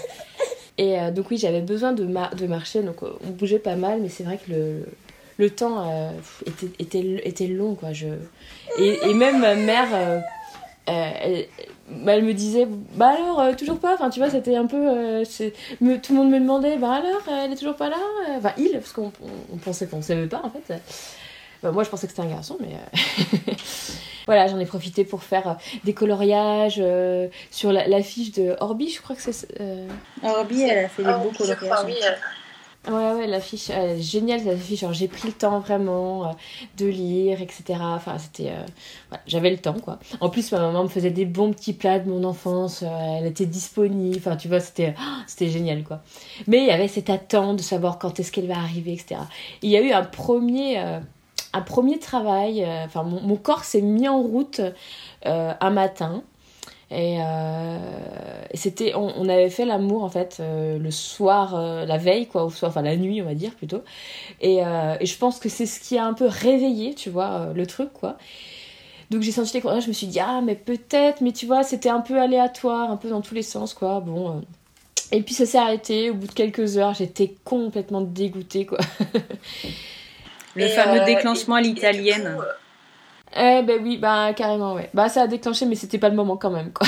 Et euh, donc oui, j'avais besoin de, ma- de marcher, donc euh, on bougeait pas mal, mais c'est vrai que le, le temps euh, était, était, était long, quoi. Je... Et, et même ma mère, euh, euh, elle, elle me disait, bah alors, euh, toujours pas, enfin tu vois, c'était un peu... Euh, c'est... Me, tout le monde me demandait, bah alors, elle est toujours pas là. Enfin, il, parce qu'on on, on pensait qu'on s'aimait pas, en fait. Bah, moi, je pensais que c'était un garçon, mais... Euh... Voilà, j'en ai profité pour faire euh, des coloriages euh, sur la, l'affiche de Orbi, je crois que c'est... Euh... Orbi, elle a fait des Oh, beaux je crois, coloriages. oui. euh, Ouais, ouais, l'affiche, elle est géniale, cette affiche. Genre, j'ai pris le temps vraiment euh, de lire, et cetera. Enfin, c'était... Euh... Voilà, j'avais le temps, quoi. En plus, ma maman me faisait des bons petits plats de mon enfance. Euh, elle était disponible. Enfin, tu vois, c'était, oh, c'était génial, quoi. Mais il y avait cette attente de savoir quand est-ce qu'elle va arriver, et cetera. Il y a eu un premier... Euh... un premier travail, euh, enfin mon, mon corps s'est mis en route euh, un matin et, euh, et c'était, on, on avait fait l'amour en fait euh, le soir, euh, la veille quoi, ou soir, enfin la nuit on va dire plutôt, et, euh, et je pense que c'est ce qui a un peu réveillé, tu vois, euh, le truc quoi. Donc j'ai senti les courants, je me suis dit ah mais peut-être, mais tu vois c'était un peu aléatoire, un peu dans tous les sens quoi, bon. Euh, et puis ça s'est arrêté au bout de quelques heures, j'étais complètement dégoûtée quoi. Le et, fameux euh, déclenchement à et- et l'italienne. du coup, euh, Eh ben oui, bah carrément ouais. Bah ça a déclenché mais c'était pas le moment quand même quoi.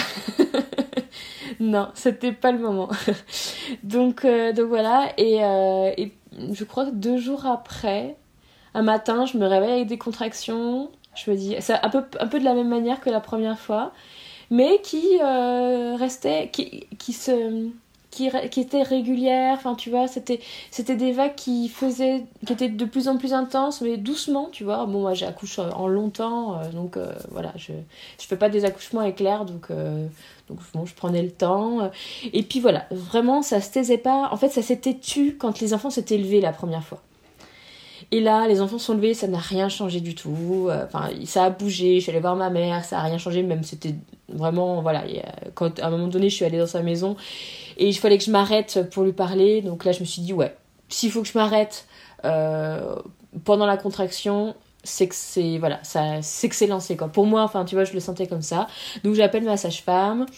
Non, c'était pas le moment. donc, euh, donc voilà, et, euh, et je crois que deux jours après, un matin, je me réveille avec des contractions. Je me dis, c'est un peu, un peu de la même manière que la première fois, mais qui euh, restait, qui, qui se... Qui, qui était régulière, enfin tu vois, c'était, c'était des vagues qui faisaient, qui étaient de plus en plus intenses, mais doucement, tu vois. Bon, moi j'accouche en longtemps, euh, donc euh, voilà, je, je fais pas des accouchements éclairs, donc, euh, donc bon, je prenais le temps. euh, et puis voilà, vraiment ça se taisait pas, en fait ça s'était tu quand les enfants s'étaient levés la première fois. Et là, les enfants sont levés, ça n'a rien changé du tout. Enfin, euh, ça a bougé. Je suis allée voir ma mère, ça a rien changé. Même c'était vraiment, voilà. Et, euh, quand à un moment donné, je suis allée dans sa maison et il fallait que je m'arrête pour lui parler. Donc là, je me suis dit ouais, s'il faut que je m'arrête euh, pendant la contraction, c'est que c'est voilà, ça, c'est que c'est lancé quoi. Pour moi, enfin, tu vois, je le sentais comme ça. Donc j'appelle ma sage-femme.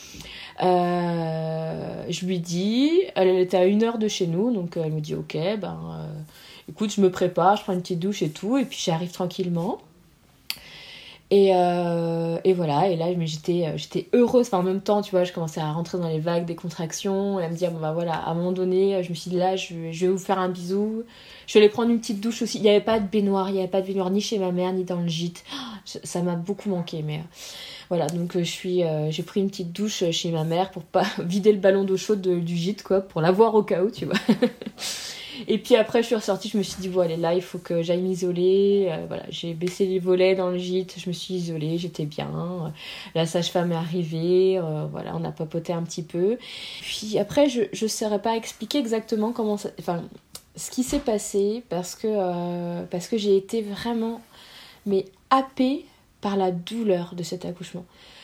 Euh, je lui dis, elle était à une heure de chez nous, donc elle me dit ok, ben. Euh, Écoute, je me prépare, je prends une petite douche et tout, et puis j'arrive tranquillement. Et, euh, et voilà, et là mais j'étais, j'étais heureuse, enfin, en même temps, tu vois, je commençais à rentrer dans les vagues des contractions, et à me dire, bon bah voilà, à un moment donné, je me suis dit là, je, je vais vous faire un bisou. Je vais aller prendre une petite douche aussi. Il n'y avait pas de baignoire, il n'y avait pas de baignoire ni chez ma mère, ni dans le gîte. Ça m'a beaucoup manqué, mais... Voilà, donc je suis, euh, j'ai pris une petite douche chez ma mère pour pas vider le ballon d'eau chaude de, du gîte, quoi, pour l'avoir au cas où, tu vois. Et puis après, je suis ressortie, je me suis dit, bon, allez, là, il faut que j'aille m'isoler. Euh, voilà, j'ai baissé les volets dans le gîte, je me suis isolée, j'étais bien. La sage-femme est arrivée, euh, voilà, on a papoté un petit peu. Puis après, je ne saurais pas expliquer exactement comment ça... Enfin, ce qui s'est passé, parce que, euh, parce que j'ai été vraiment mais happée par la douleur de cet accouchement.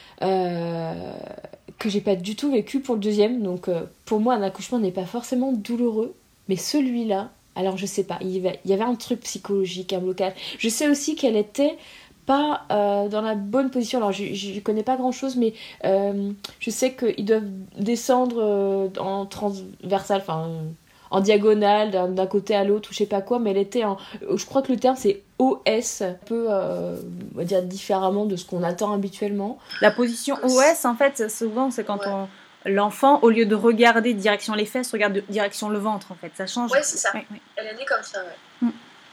Euh, que j'ai pas du tout vécu pour le deuxième. Donc euh, pour moi, un accouchement n'est pas forcément douloureux. Mais celui-là, alors je sais pas, il y avait, il y avait un truc psychologique, un blocage. Je sais aussi qu'elle était pas euh, dans la bonne position. Alors je, je connais pas grand chose, mais euh, je sais qu'ils doivent descendre euh, en transversal, enfin en diagonale d'un, d'un côté à l'autre ou je sais pas quoi, mais elle était en, je crois que le terme c'est O S, un peu euh, on va dire différemment de ce qu'on attend habituellement. La position O S, en fait, souvent c'est quand Ouais. on l'enfant, au lieu de regarder direction les fesses, regarde de- direction le ventre, en fait. Ça change. Ouais, c'est ça. Ouais, ouais. Elle est née comme ça, ouais.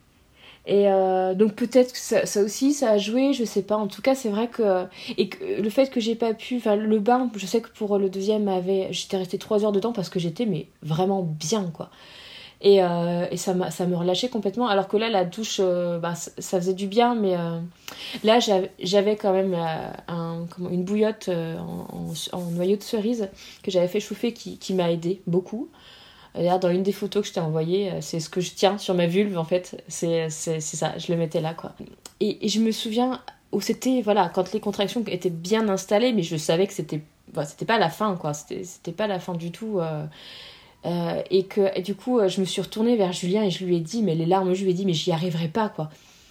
Et euh, donc peut-être que ça, ça aussi ça a joué, je sais pas. En tout cas c'est vrai que et que le fait que j'ai pas pu, enfin le bain, je sais que pour le deuxième avait, j'étais restée trois heures dedans parce que j'étais mais vraiment bien quoi. Et, euh, et ça m'a ça me relâchait complètement. Alors que là la douche, euh, bah, ça, ça faisait du bien, mais euh, là j'avais, j'avais quand même euh, un, comment, une bouillotte euh, en, en, en noyau de cerise que j'avais fait chauffer qui, qui m'a aidé beaucoup. D'ailleurs, dans une des photos que je t'ai envoyées, c'est ce que je tiens sur ma vulve, en fait. C'est, c'est, c'est ça, je le mettais là, quoi. Et, et je me souviens où c'était, voilà, quand les contractions étaient bien installées, mais je savais que c'était, bah, c'était pas la fin, quoi. C'était, c'était pas la fin du tout. Euh, euh, et que, et du coup, je me suis retournée vers Julien et je lui ai dit, mais les larmes, je lui ai dit, mais j'y arriverai pas, quoi.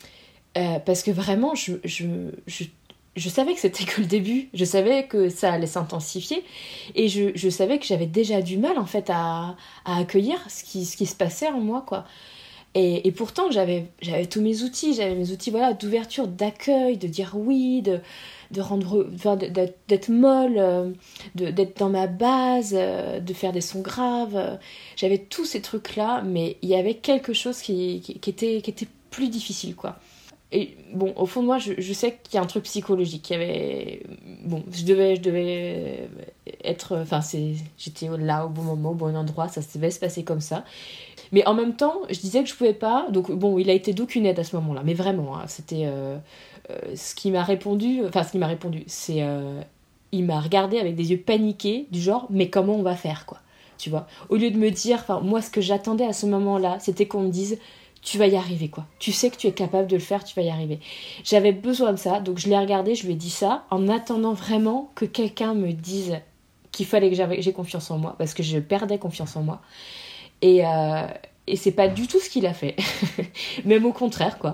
Euh, parce que vraiment, je, je, je je savais que c'était que le début, je savais que ça allait s'intensifier et je, je savais que j'avais déjà du mal en fait à, à accueillir ce qui, ce qui se passait en moi quoi. Et, et pourtant j'avais, j'avais tous mes outils, j'avais mes outils voilà, d'ouverture, d'accueil, de dire oui, de, de rendre, enfin, d'être, d'être molle, de, d'être dans ma base, de faire des sons graves. J'avais tous ces trucs là, mais il y avait quelque chose qui, qui, qui, était, qui était plus difficile quoi. Et bon, au fond de moi, je, je sais qu'il y a un truc psychologique. Il y avait... Bon, je devais, je devais être... Enfin, c'est, j'étais là au bon moment, au bon endroit, ça devait se passer comme ça. Mais en même temps, je disais que je pouvais pas. Donc bon, il a été d'aucune aide à ce moment-là. Mais vraiment, hein, c'était... Euh, euh, ce qui m'a répondu... Enfin, ce qui m'a répondu, c'est... Euh, il m'a regardé avec des yeux paniqués, du genre, mais comment on va faire, quoi. Tu vois ? Au lieu de me dire... Enfin, moi, ce que j'attendais à ce moment-là, c'était qu'on me dise... Tu vas y arriver, quoi. Tu sais que tu es capable de le faire, tu vas y arriver. J'avais besoin de ça, donc je l'ai regardé, je lui ai dit ça, en attendant vraiment que quelqu'un me dise qu'il fallait que j'avais, j'ai confiance en moi, parce que je perdais confiance en moi. Et, euh, et c'est pas du tout ce qu'il a fait. Même au contraire, quoi.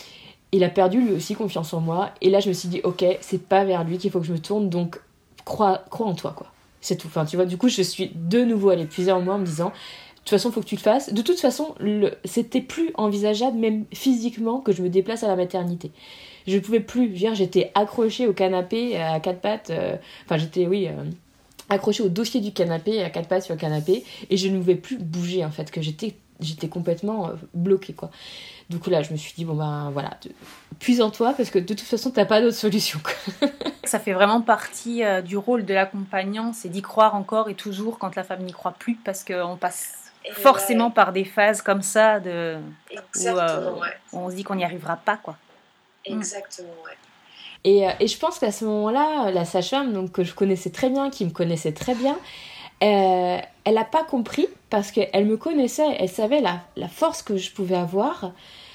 Il a perdu lui aussi confiance en moi, et là je me suis dit, ok, c'est pas vers lui qu'il faut que je me tourne, donc crois, crois en toi, quoi. C'est tout. Enfin, tu vois, du coup, je suis de nouveau allée puiser en moi en me disant... De toute façon, il faut que tu le fasses. De toute façon, le... c'était plus envisageable, même physiquement, que je me déplace à la maternité. Je ne pouvais plus. Je veux dire, j'étais accrochée au canapé à quatre pattes. Euh... Enfin, j'étais, oui, euh... accrochée au dossier du canapé, à quatre pattes sur le canapé. Et je ne pouvais plus bouger, en fait, que j'étais, j'étais complètement euh, bloquée, quoi. Du coup, là, je me suis dit, bon, ben, voilà, puise en toi, parce que de toute façon, tu n'as pas d'autre solution, quoi. Ça fait vraiment partie euh, du rôle de l'accompagnant, c'est d'y croire encore et toujours quand la femme n'y croit plus, parce qu'on passe... Et forcément ouais. par des phases comme ça de Exactement, où, euh, ouais. où on se dit qu'on n'y arrivera pas quoi. Exactement, ouais. Et, et je pense qu'à ce moment-là, la sage-femme, donc, que je connaissais très bien, qui me connaissait très bien, euh, elle n'a pas compris parce qu'elle me connaissait, elle savait la, la force que je pouvais avoir.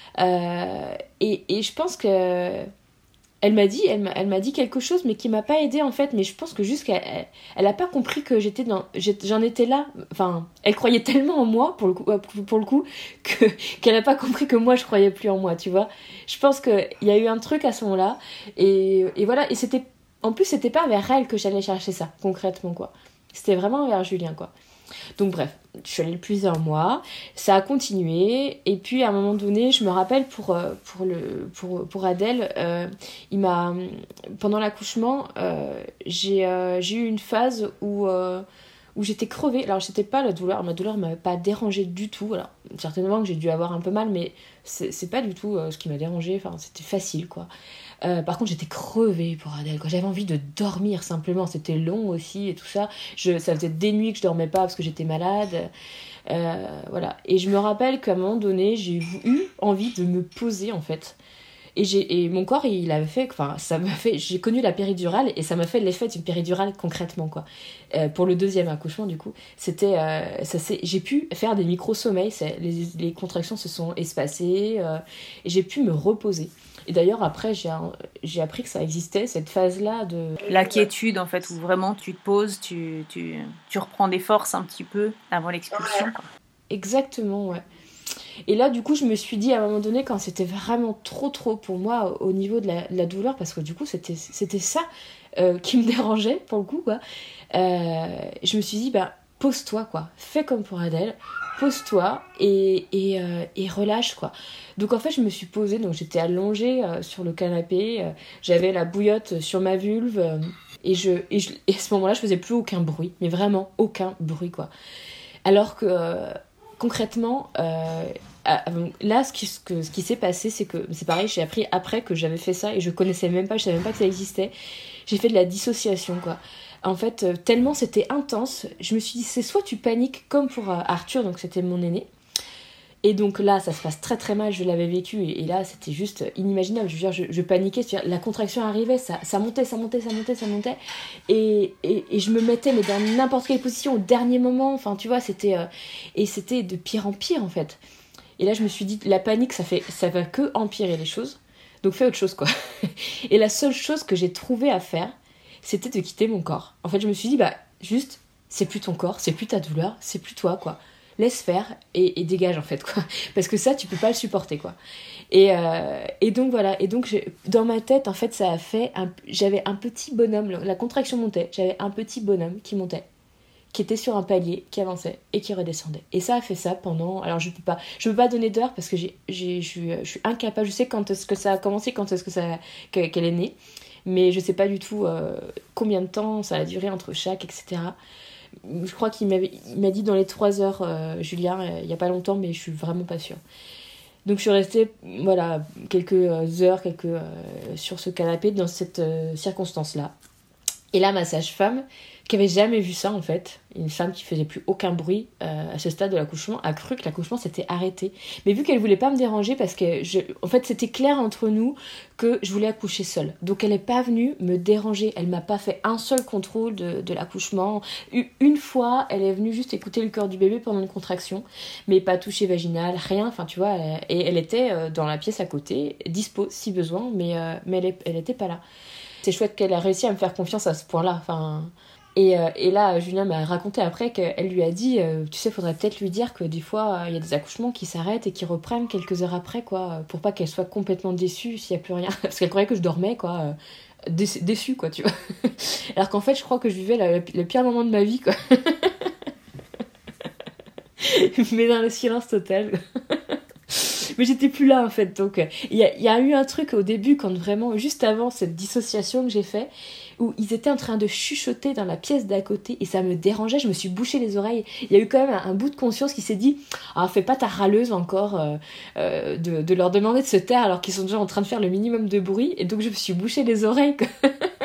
Euh, et, et je pense que elle m'a dit, elle m'a, elle m'a dit quelque chose, mais qui m'a pas aidée en fait. Mais je pense que juste qu'elle, elle, elle a pas compris que j'étais dans, j'en étais là. Enfin, elle croyait tellement en moi pour le coup, pour le coup, que qu'elle a pas compris que moi je croyais plus en moi, tu vois. Je pense que il y a eu un truc à ce moment-là, et, et voilà. Et c'était, en plus, c'était pas vers elle que j'allais chercher ça concrètement quoi. C'était vraiment vers Julien quoi. Donc bref, je suis allée le puiser en moi, ça a continué, et puis à un moment donné, je me rappelle pour, pour, le, pour, pour Adèle, euh, il m'a, pendant l'accouchement, euh, j'ai, euh, j'ai eu une phase où, euh, où j'étais crevée. Alors c'était pas la douleur, ma douleur m'avait pas dérangée du tout, alors certainement que j'ai dû avoir un peu mal, mais c'est, c'est pas du tout euh, ce qui m'a dérangée, enfin c'était facile quoi. Euh, par contre, j'étais crevée pour Adèle, quoi. J'avais envie de dormir simplement. C'était long aussi et tout ça. Je, ça faisait des nuits que je dormais pas parce que j'étais malade. Euh, voilà. Et je me rappelle qu'à un moment donné, j'ai eu envie de me poser en fait. Et, j'ai, et mon corps, il avait fait, enfin, ça m'a fait, j'ai connu la péridurale et ça m'a fait l'effet d'une péridurale concrètement, quoi. Euh, pour le deuxième accouchement, du coup, c'était, euh, ça c'est, j'ai pu faire des micro-sommeils, c'est, les, les contractions se sont espacées euh, et j'ai pu me reposer. Et d'ailleurs, après, j'ai, un, j'ai appris que ça existait, cette phase-là de... La quiétude, en fait, où vraiment tu te poses, tu, tu, tu reprends des forces un petit peu avant l'expulsion, quoi. Exactement, ouais. Et là, du coup, je me suis dit, à un moment donné, quand c'était vraiment trop, trop pour moi, au niveau de la, de la douleur, parce que du coup, c'était, c'était ça euh, qui me dérangeait, pour le coup, quoi. Euh, je me suis dit, bah, pose-toi, quoi. Fais comme pour Adèle. Pose-toi et, et, euh, et relâche, quoi. Donc, en fait, je me suis posée, donc j'étais allongée euh, sur le canapé, euh, j'avais la bouillotte sur ma vulve, euh, et, je, et, je, et à ce moment-là, je faisais plus aucun bruit, mais vraiment aucun bruit, quoi. Alors que... Euh, concrètement, euh, là, ce qui, ce, que, ce qui s'est passé, c'est que, c'est pareil, j'ai appris après que j'avais fait ça et je connaissais même pas, je savais même pas que ça existait. J'ai fait de la dissociation, quoi. En fait, euh, tellement c'était intense, je me suis dit, c'est soit tu paniques comme pour euh, Arthur, donc c'était mon aîné. Et donc là, ça se passe très très mal, je l'avais vécu, et, et là, c'était juste inimaginable. Je veux dire, je, je paniquais, c'est-à-dire, la contraction arrivait, ça, ça montait, ça montait, ça montait, ça montait, et, et, et je me mettais mais dans n'importe quelle position au dernier moment, enfin, tu vois, c'était... Euh, et c'était de pire en pire, en fait. Et là, je me suis dit, la panique, ça fait, ça va que empirer les choses, donc fais autre chose, quoi. Et la seule chose que j'ai trouvé à faire, c'était de quitter mon corps. En fait, je me suis dit, bah, juste, c'est plus ton corps, c'est plus ta douleur, c'est plus toi, quoi. Laisse faire et, et dégage, en fait, quoi. Parce que ça, tu peux pas le supporter, quoi. Et, euh, et donc, voilà. Et donc, je, dans ma tête, en fait, ça a fait... Un, j'avais un petit bonhomme, la contraction montait, j'avais un petit bonhomme qui montait, qui était sur un palier, qui avançait et qui redescendait. Et ça a fait ça pendant... Alors, je peux pas, je peux pas donner d'heure parce que j'ai, j'ai, je, suis, je suis incapable. Je sais quand est-ce que ça a commencé, quand est-ce que ça, que, qu'elle est née. Mais je sais pas du tout euh, combien de temps ça a duré entre chaque, et cetera. Je crois qu'il m'avait, il m'a dit dans les trois heures, euh, Julien, euh, il y a pas longtemps, mais je suis vraiment pas sûre. Donc je suis restée, voilà, quelques heures, quelques, euh, sur ce canapé dans cette euh, circonstance-là. Et là, ma sage-femme, qui avait jamais vu ça, en fait, une femme qui faisait plus aucun bruit euh, à ce stade de l'accouchement, a cru que l'accouchement s'était arrêté. Mais vu qu'elle voulait pas me déranger, parce que, je, en fait, c'était clair entre nous que je voulais accoucher seule. Donc elle est pas venue me déranger. Elle m'a pas fait un seul contrôle de, de l'accouchement. Une fois, elle est venue juste écouter le cœur du bébé pendant une contraction, mais pas toucher vaginal, rien. Enfin, tu vois, elle, et elle était dans la pièce à côté, dispo si besoin, mais, euh, mais elle, elle était pas là. C'est chouette qu'elle a réussi à me faire confiance à ce point-là. Enfin, et, euh, et là, Julien m'a raconté après qu'elle lui a dit, euh, tu sais, il faudrait peut-être lui dire que des fois, il euh, y a des accouchements qui s'arrêtent et qui reprennent quelques heures après, quoi, pour pas qu'elle soit complètement déçue s'il n'y a plus rien. Parce qu'elle croyait que je dormais, quoi, euh, dé- déçue, quoi, tu vois. Alors qu'en fait, je crois que je vivais la, le pire moment de ma vie, quoi. Mais dans le silence total. Mais j'étais plus là, en fait. Donc, il y, y a eu un truc au début, quand vraiment, juste avant cette dissociation que j'ai fait, où ils étaient en train de chuchoter dans la pièce d'à côté, et ça me dérangeait, je me suis bouché les oreilles. Il y a eu quand même un, un bout de conscience qui s'est dit « Ah, fais pas ta râleuse encore, euh, euh, de, de leur demander de se taire alors qu'ils sont déjà en train de faire le minimum de bruit. » Et donc, je me suis bouché les oreilles, quoi.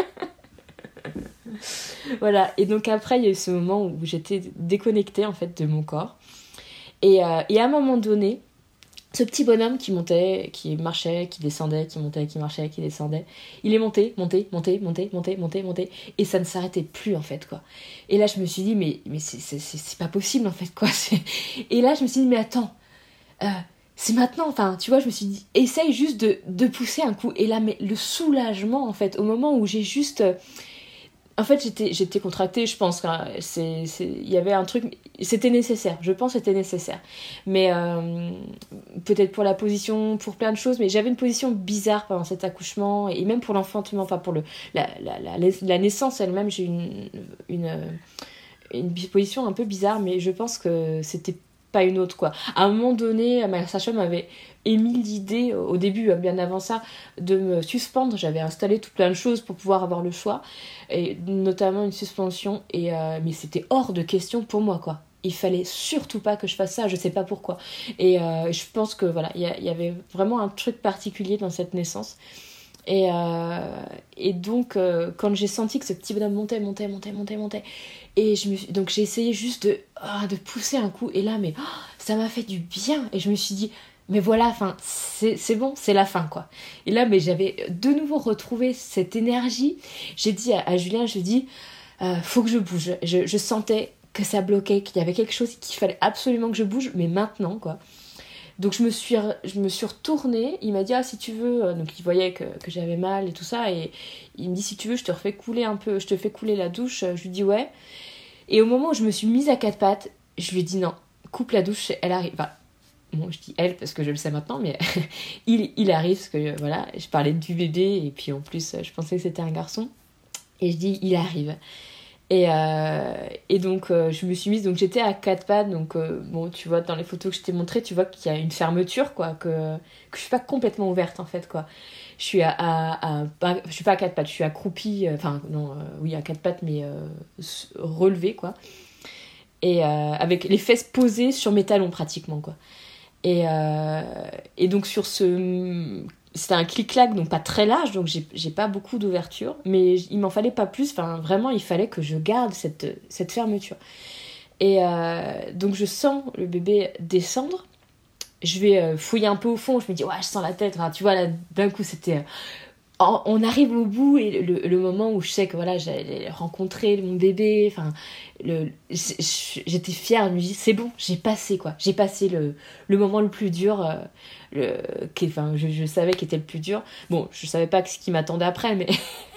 Voilà. Et donc, après, il y a eu ce moment où j'étais déconnectée, en fait, de mon corps. Et, euh, et à un moment donné, ce petit bonhomme qui montait, qui marchait, qui descendait, qui montait, qui marchait, qui descendait, il est monté, monté, monté, monté, monté, monté, monté, et ça ne s'arrêtait plus, en fait, quoi. Et là, je me suis dit, mais, mais c'est, c'est, c'est, c'est pas possible, en fait, quoi. C'est... Et là, je me suis dit, mais attends, euh, c'est maintenant, enfin, tu vois, je me suis dit, essaye juste de, de pousser un coup. Et là, mais le soulagement, en fait, au moment où j'ai juste... Euh, En fait, j'étais, j'étais contractée, je pense. Hein. C'est, c'est, il y avait un truc... C'était nécessaire. Je pense que c'était nécessaire. Mais euh, peut-être pour la position, pour plein de choses. Mais j'avais une position bizarre pendant cet accouchement. Et même pour l'enfantement, enfin pour le, la, la, la, la naissance elle-même, j'ai une, une, une position un peu bizarre. Mais je pense que c'était pas une autre, quoi. À un moment donné, ma sage-femme avait émis l'idée, au début, bien avant ça, de me suspendre. J'avais installé tout plein de choses pour pouvoir avoir le choix, et notamment une suspension, et, euh, mais c'était hors de question pour moi, quoi. Il fallait surtout pas que je fasse ça, je sais pas pourquoi. Et euh, je pense que, voilà, il y, y avait vraiment un truc particulier dans cette naissance. Et, euh, et donc, euh, quand j'ai senti que ce petit bonhomme montait, montait, montait, montait, montait, et je me suis, donc j'ai essayé juste de, oh, de pousser un coup, et là, mais oh, ça m'a fait du bien. Et je me suis dit, mais voilà, enfin, c'est, c'est bon, c'est la fin, quoi. Et là, mais j'avais de nouveau retrouvé cette énergie. J'ai dit à, à Julien, je lui ai dit, euh, faut que je bouge. Je, je sentais que ça bloquait, qu'il y avait quelque chose qu'il fallait absolument que je bouge, mais maintenant, quoi. Donc je me suis, je me suis retournée, il m'a dit, ah, si tu veux, donc il voyait que, que j'avais mal et tout ça, et il me dit, si tu veux, je te refais couler un peu, je te fais couler la douche. Je lui dis, ouais. Et au moment où je me suis mise à quatre pattes, je lui ai dit, non, coupe la douche, elle arrive. Enfin, bon, je dis elle parce que je le sais maintenant, mais il, il arrive, parce que voilà, je parlais du bébé, et puis en plus, je pensais que c'était un garçon. Et je dis, il arrive. Et, euh, et donc, euh, je me suis mise, donc j'étais à quatre pattes, donc euh, bon, tu vois, dans les photos que je t'ai montrées, tu vois qu'il y a une fermeture, quoi, que, que je suis pas complètement ouverte, en fait, quoi. Je suis à, à, à, à je suis pas à quatre pattes, je suis accroupie, enfin, euh, non, euh, oui, à quatre pattes, mais euh, relevée, quoi. Et euh, avec les fesses posées sur mes talons, pratiquement, quoi. Et, euh, et donc sur ce... C'était un clic-clac, donc pas très large, donc j'ai, j'ai pas beaucoup d'ouverture, mais il m'en fallait pas plus, enfin vraiment il fallait que je garde cette, cette fermeture. Et euh, donc je sens le bébé descendre, je vais euh, fouiller un peu au fond, je me dis ouais, je sens la tête, enfin, tu vois, là d'un coup c'était... Euh, on arrive au bout, et le, le moment où je sais que voilà, j'allais rencontrer mon bébé, enfin, le, j'étais fière, je me dis c'est bon, j'ai passé quoi, j'ai passé le, le moment le plus dur, euh, le, qui, enfin, je, je savais qu'il était le plus dur. Bon, je savais pas ce qui m'attendait après, mais,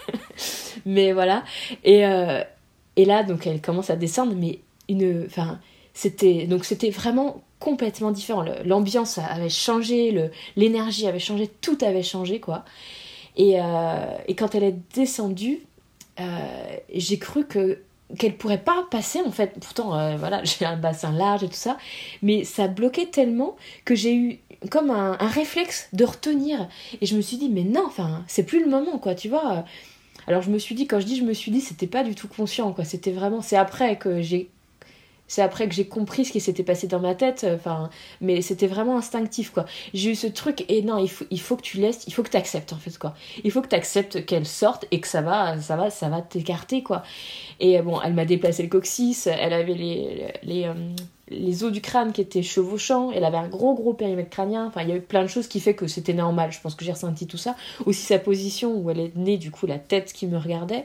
mais voilà. Et, euh, et là, donc elle commence à descendre, mais une, enfin, c'était, donc c'était vraiment complètement différent. Le, l'ambiance avait changé, le, l'énergie avait changé, tout avait changé quoi. Et, euh, et quand elle est descendue, euh, j'ai cru que, qu'elle pourrait pas passer en fait. Pourtant, euh, voilà, j'ai un bassin large et tout ça, mais ça bloquait tellement que j'ai eu comme un, un réflexe de retenir. Et je me suis dit, mais non, enfin, c'est plus le moment, quoi, tu vois. Alors je me suis dit, quand je dis je me suis dit, c'était pas du tout conscient, quoi. C'était vraiment, c'est après que j'ai C'est après que j'ai compris ce qui s'était passé dans ma tête, enfin, mais c'était vraiment instinctif, quoi. J'ai eu ce truc, et non, il faut, il faut que tu laisses, il faut que tu acceptes, en fait, quoi. Il faut que tu acceptes qu'elle sorte et que ça va, ça va, ça va t'écarter, quoi. Et bon, elle m'a déplacé le coccyx, elle avait les, les, euh, les os du crâne qui étaient chevauchants, elle avait un gros, gros périmètre crânien, enfin, il y a eu plein de choses qui fait que c'était normal, je pense que j'ai ressenti tout ça. Aussi sa position où elle est née, du coup, la tête qui me regardait.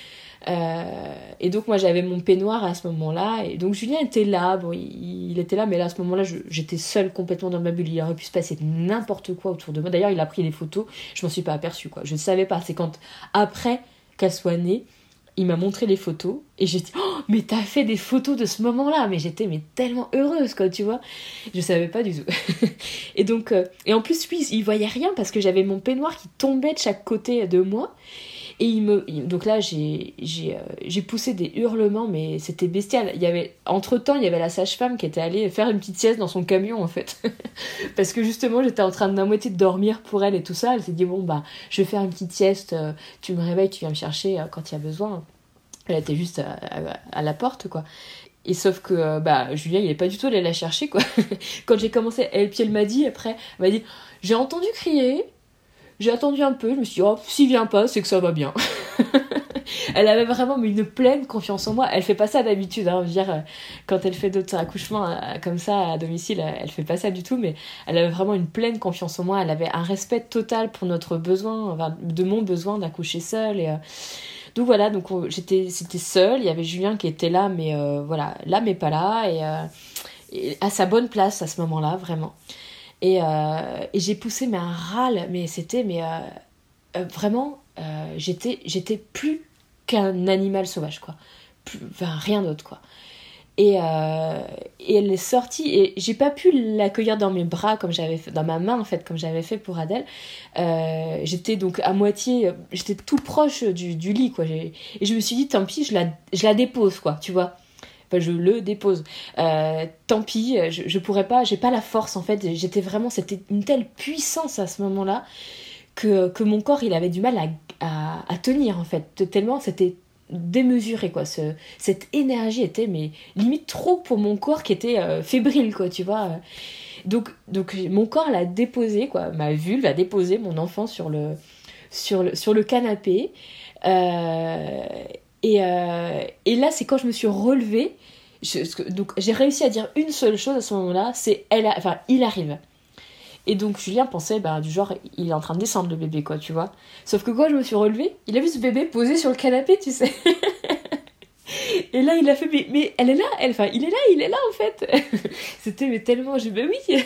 Euh, et donc moi j'avais mon peignoir à ce moment-là, et donc Julien était là, bon, il, il était là, mais là à ce moment-là je, j'étais seule complètement dans ma bulle, il aurait pu se passer n'importe quoi autour de moi. D'ailleurs il a pris les photos, je m'en suis pas aperçue, quoi. Je ne savais pas, c'est quand après qu'elle soit née, il m'a montré les photos et j'ai dit oh, mais t'as fait des photos de ce moment-là, mais j'étais mais tellement heureuse, quoi, tu vois. Je savais pas du tout. Et donc euh, et en plus lui il voyait rien parce que j'avais mon peignoir qui tombait de chaque côté de moi. Et il me, donc là, j'ai, j'ai, euh, j'ai poussé des hurlements, mais c'était bestial. Il y avait, entre-temps, il y avait la sage-femme qui était allée faire une petite sieste dans son camion, en fait. Parce que justement, j'étais en train de la moitié de dormir pour elle et tout ça. Elle s'est dit, bon, bah, je vais faire une petite sieste, euh, tu me réveilles, tu viens me chercher euh, quand il y a besoin. Elle était juste à, à, à la porte, quoi. Et sauf que, euh, bah, Julien, il est pas du tout allé la chercher, quoi. Quand j'ai commencé, elle, puis elle m'a dit, après, elle m'a dit, j'ai entendu crier. J'ai attendu un peu, je me suis dit, oh, s'il vient pas, c'est que ça va bien. Elle avait vraiment une pleine confiance en moi. Elle fait pas ça d'habitude, hein. Je veux dire, quand elle fait d'autres accouchements comme ça à domicile, elle fait pas ça du tout, mais elle avait vraiment une pleine confiance en moi. Elle avait un respect total pour notre besoin, enfin, de mon besoin d'accoucher seule. Et, euh... donc voilà, donc on, j'étais, c'était seule. Il y avait Julien qui était là, mais euh, voilà, là mais pas là, et, euh, et à sa bonne place à ce moment-là, vraiment. Et, euh, et j'ai poussé mais un râle, mais c'était mais euh, euh, vraiment euh, j'étais j'étais plus qu'un animal sauvage, quoi. Plus, enfin rien d'autre, quoi. Et, euh, et elle est sortie et j'ai pas pu l'accueillir dans mes bras comme j'avais fait, dans ma main en fait comme j'avais fait pour Adèle. Euh, j'étais donc à moitié, j'étais tout proche du, du lit, quoi. J'ai, et je me suis dit tant pis, je la je la dépose, quoi, tu vois. Enfin, je le dépose. Euh, tant pis, je, je pourrais pas, j'ai pas la force en fait. J'étais vraiment, c'était une telle puissance à ce moment-là que, que mon corps il avait du mal à, à, à tenir en fait. Tellement c'était démesuré, quoi. Ce, cette énergie était mais limite trop pour mon corps qui était euh, fébrile, quoi, tu vois. Donc, donc mon corps l'a déposé, quoi. Ma vulve a déposé mon enfant sur le, sur le, sur le canapé. Euh, Et, euh, et là, c'est quand je me suis relevée. Je, donc, j'ai réussi à dire une seule chose à ce moment-là, c'est elle, a, enfin, il arrive. Et donc Julien pensait, bah, du genre, il est en train de descendre le bébé, quoi, tu vois. Sauf que quand je me suis relevée, il a vu ce bébé posé sur le canapé, tu sais. Et là, il a fait, mais, mais elle est là, elle, enfin, il est là, il est là, en fait. C'était mais tellement, j'ai dit, bah oui.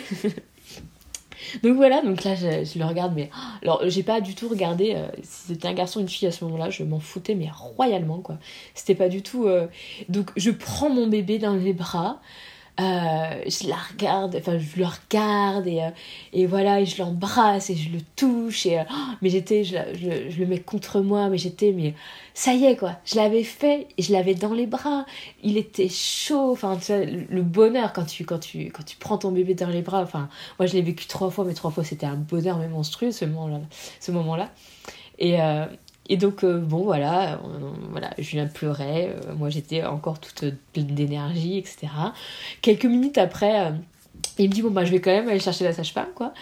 Donc voilà, donc là, je, je le regarde, mais... Alors, j'ai pas du tout regardé euh, si c'était un garçon ou une fille à ce moment-là, je m'en foutais, mais royalement, quoi. C'était pas du tout... Euh... Donc, je prends mon bébé dans les bras, euh, je la regarde, enfin, je le regarde, et, euh, et voilà, et je l'embrasse, et je le touche, et... Euh... Mais j'étais, je, la, je, je le mets contre moi, mais j'étais, mais... Ça y est, quoi, je l'avais fait, et je l'avais dans les bras, il était chaud, enfin, tu sais, le bonheur quand tu, quand, tu, quand tu prends ton bébé dans les bras, enfin, moi je l'ai vécu trois fois, mais trois fois c'était un bonheur mais monstrueux, ce moment-là. Ce moment-là. Et, euh, et donc, euh, bon, voilà, on, voilà, Julien pleurait, euh, moi j'étais encore toute pleine d'énergie, et cetera. Quelques minutes après, euh, il me dit, bon, bah, je vais quand même aller chercher la sage-femme, quoi.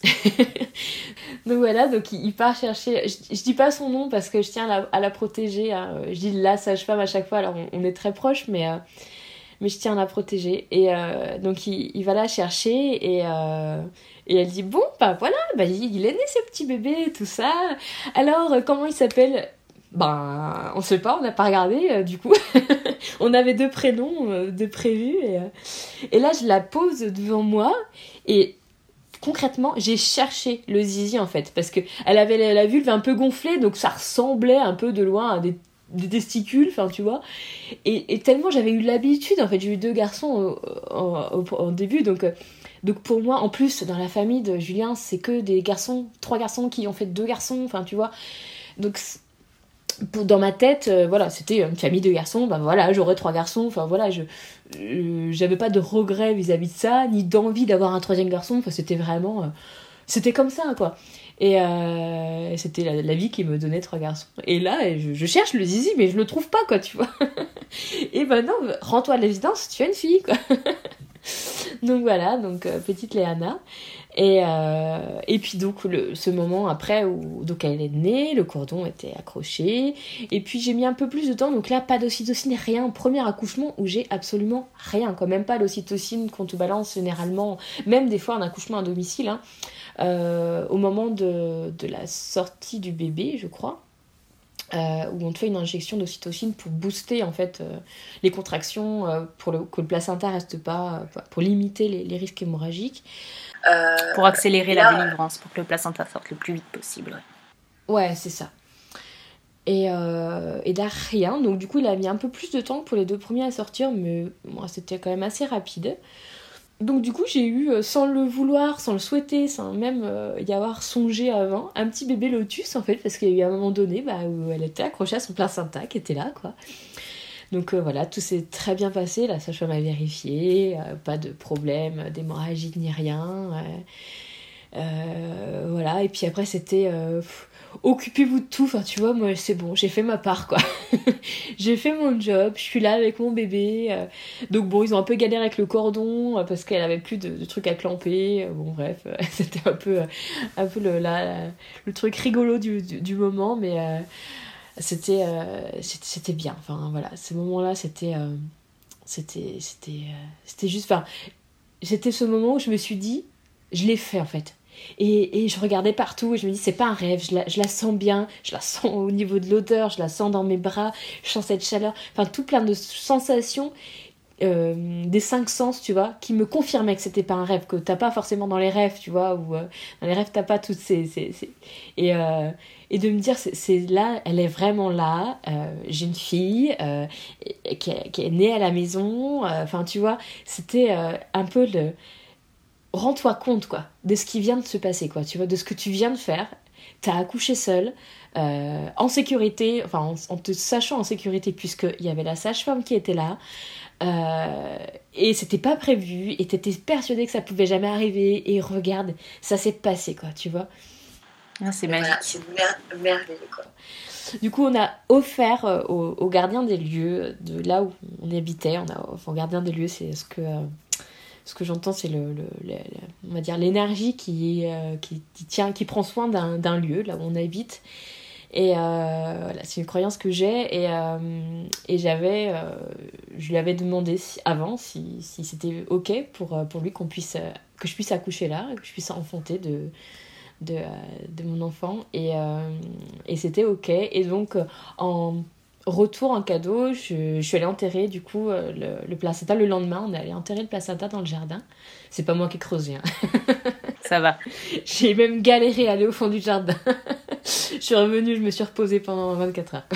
Donc voilà, donc il, il part chercher, je, je dis pas son nom parce que je tiens à la, à la protéger, hein. Je dis la sage-femme à chaque fois, alors on, on est très proches, mais, euh, mais je tiens à la protéger. Et euh, donc il, il va la chercher et, euh, et elle dit, bon, bah voilà, bah, il, il est né ce petit bébé, tout ça. Alors, euh, comment il s'appelle ? Ben, on sait pas, on n'a pas regardé, euh, du coup. On avait deux prénoms euh, de prévus. Et, euh, et là, je la pose devant moi et... Concrètement, j'ai cherché le zizi en fait, parce qu'elle avait la, la vulve un peu gonflée, donc ça ressemblait un peu de loin à des, des testicules, enfin tu vois. Et, et tellement j'avais eu l'habitude, en fait, j'ai eu deux garçons au, au, au, au début, donc, donc pour moi, en plus, dans la famille de Julien, c'est que des garçons, trois garçons qui ont fait deux garçons, enfin tu vois. Donc pour, dans ma tête, euh, voilà, c'était une famille de garçons, ben voilà, j'aurais trois garçons, enfin voilà, je, euh, j'avais pas de regrets vis-à-vis de ça, ni d'envie d'avoir un troisième garçon, enfin c'était vraiment, euh, c'était comme ça, quoi. Et euh, c'était la, la vie qui me donnait trois garçons. Et là, je, je cherche le zizi, mais je le trouve pas, quoi, tu vois. Et ben non, rends-toi à l'évidence, tu as une fille, quoi. Donc voilà, donc euh, petite Léana. Et, euh, et puis donc le, ce moment après où donc elle est née, le cordon était accroché, et puis j'ai mis un peu plus de temps, donc là pas d'ocytocine, rien, premier accouchement où j'ai absolument rien, quoi, même pas l'ocytocine qu'on te balance généralement, même des fois un accouchement à domicile, hein, euh, au moment de, de la sortie du bébé, je crois. Euh, où on te fait une injection d'ocytocine pour booster en fait euh, les contractions, euh, pour le, que le placenta reste pas, euh, pour limiter les, les risques hémorragiques. Euh, pour accélérer là, la délivrance, pour que le placenta sorte le plus vite possible. Ouais, c'est ça. Et, euh, et là, rien. Donc du coup, il a mis un peu plus de temps pour les deux premiers à sortir, mais moi, c'était quand même assez rapide. Donc du coup, j'ai eu, sans le vouloir, sans le souhaiter, sans même euh, y avoir songé avant, un petit bébé lotus, en fait, parce qu'il y a eu un moment donné bah, où elle était accrochée à son placenta, qui était là, quoi. Donc euh, voilà, tout s'est très bien passé, la sage-femme a vérifié, euh, pas de problème d'hémorragie ni rien. Euh, euh, voilà, et puis après, c'était... Euh, pff, occupez-vous de tout, enfin tu vois, moi c'est bon, j'ai fait ma part, quoi. J'ai fait mon job, je suis là avec mon bébé, euh, donc bon, ils ont un peu galéré avec le cordon euh, parce qu'elle avait plus de, de trucs à clamper, euh, bon bref, euh, c'était un peu, euh, un peu le, la, la, le truc rigolo du, du, du moment, mais euh, c'était, euh, c'était, c'était bien, enfin voilà, ces moments-là, c'était, euh, c'était, c'était, euh, c'était juste, enfin, c'était ce moment où je me suis dit, je l'ai fait en fait. Et, et je regardais partout et je me dis c'est pas un rêve, je la, je la sens bien, je la sens au niveau de l'odeur, je la sens dans mes bras, je sens cette chaleur, enfin tout plein de sensations euh, des cinq sens, tu vois, qui me confirmaient que c'était pas un rêve, que t'as pas forcément dans les rêves, tu vois, ou euh, dans les rêves t'as pas toutes ces... ces, ces... Et, euh, et de me dire c'est, c'est là, elle est vraiment là, euh, j'ai une fille euh, qui, est, qui est née à la maison, enfin euh, tu vois, c'était euh, un peu le... Rends-toi compte, quoi, de ce qui vient de se passer, quoi, tu vois, de ce que tu viens de faire. T'as accouché seule, euh, en sécurité, enfin, en, en te sachant en sécurité, puisqu'il y avait la sage-femme qui était là, euh, et c'était pas prévu, et t'étais persuadée que ça pouvait jamais arriver, et regarde, ça s'est passé, quoi, tu vois. Ah, c'est magique. Voilà, c'est mer- merveilleux, quoi. Du coup, on a offert euh, au, au gardien des lieux, de là où on habitait, on a offert au gardien des lieux, c'est ce que... Euh, Ce que j'entends, c'est le, le, le, le, on va dire l'énergie qui, euh, qui, qui, tient, qui prend soin d'un, d'un lieu, là où on habite. Et euh, voilà, c'est une croyance que j'ai. Et, euh, et j'avais, euh, je lui avais demandé si, avant si, si c'était ok pour, pour lui qu'on puisse, que je puisse accoucher là, que je puisse enfanter de, de, de mon enfant. Et, euh, et c'était ok. Et donc, en retour, en cadeau, je, je suis allée enterrer du coup le, le placenta. Le lendemain, on est allé enterrer le placenta dans le jardin. C'est pas moi qui ai creusé. Hein. Ça va. J'ai même galéré à aller au fond du jardin. Je suis revenue, je me suis reposée pendant vingt-quatre heures.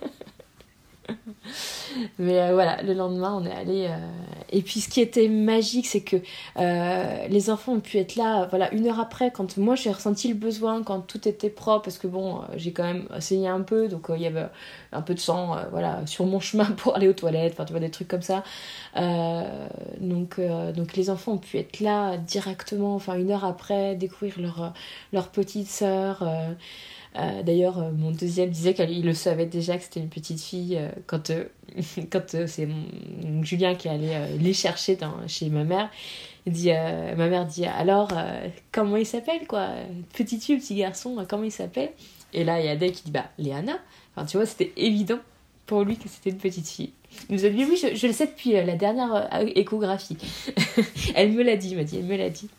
Mais euh, voilà, le lendemain, on est allé. Euh... Et puis, ce qui était magique, c'est que euh, les enfants ont pu être là, voilà, une heure après, quand moi j'ai ressenti le besoin, quand tout était propre, parce que bon, euh, j'ai quand même saigné un peu, donc il euh, y avait un peu de sang, euh, voilà, sur mon chemin pour aller aux toilettes, enfin, tu vois, des trucs comme ça. Euh, donc, euh, donc, les enfants ont pu être là directement, enfin, une heure après, découvrir leur, leur petite sœur. Euh, Euh, d'ailleurs, euh, mon deuxième disait qu'il le savait déjà que c'était une petite fille euh, quand, euh, quand euh, c'est mon, Julien qui allait euh, les chercher dans, chez ma mère. Il dit, euh, ma mère dit alors, euh, comment il s'appelle quoi Petite fille, petit garçon, euh, comment il s'appelle Et là, il y a Adèle qui dit bah, Léana. Enfin, tu vois, c'était évident pour lui que c'était une petite fille. Il nous a dit oui, je, je le sais depuis euh, la dernière euh, échographie. Elle me l'a dit, il m'a dit, elle me l'a dit.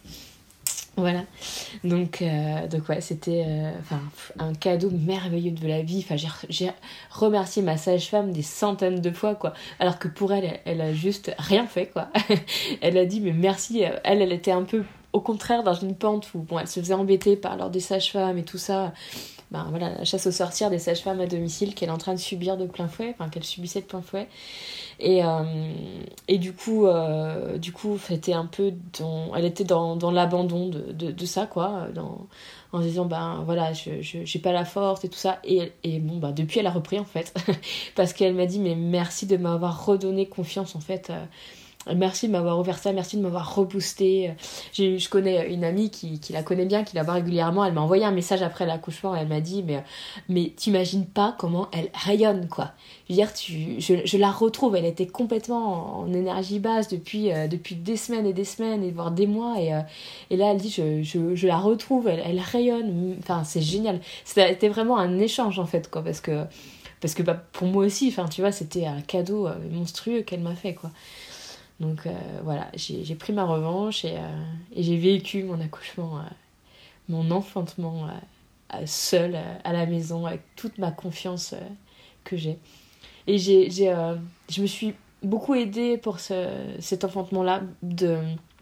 Voilà, donc, euh, donc ouais, c'était euh, un cadeau merveilleux de la vie. Enfin, j'ai, j'ai remercié ma sage-femme des centaines de fois, quoi. Alors que pour elle, elle, elle a juste rien fait, quoi. Elle a dit, mais merci. Elle, elle était un peu, au contraire, dans une pente où bon, elle se faisait embêter par l'ordre des sages-femmes et tout ça. Ben voilà, la chasse aux sorcières des sages-femmes à domicile qu'elle est en train de subir de plein fouet, enfin qu'elle subissait de plein fouet. Et, euh, et du coup, euh, du coup, c'était un peu dans, elle était dans, dans l'abandon de, de, de ça, quoi, dans, en se disant, ben voilà, je, je, j'ai pas la force et tout ça. Et, et bon, ben depuis, elle a repris, en fait, parce qu'elle m'a dit, mais merci de m'avoir redonné confiance, en fait. Euh, Merci de m'avoir ouvert ça, merci de m'avoir reboosté. J'ai, je connais une amie qui, qui la connaît bien, qui la voit régulièrement. Elle m'a envoyé un message après l'accouchement et elle m'a dit mais, mais t'imagines pas comment elle rayonne, quoi. Je veux dire, tu, je, je la retrouve, elle était complètement en énergie basse depuis, euh, depuis des semaines et des semaines, et voire des mois. Et, euh, et là, elle dit je, je, je la retrouve, elle, elle rayonne. Enfin, c'est génial. C'était vraiment un échange, en fait, quoi, parce que, parce que bah, pour moi aussi, enfin, tu vois, c'était un cadeau euh, monstrueux qu'elle m'a fait, quoi. Donc euh, voilà, j'ai, j'ai pris ma revanche et, euh, et j'ai vécu mon accouchement, euh, mon enfantement euh, seule euh, à la maison avec toute ma confiance euh, que j'ai. Et j'ai, j'ai, euh, je me suis beaucoup aidée pour ce, cet enfantement-là de,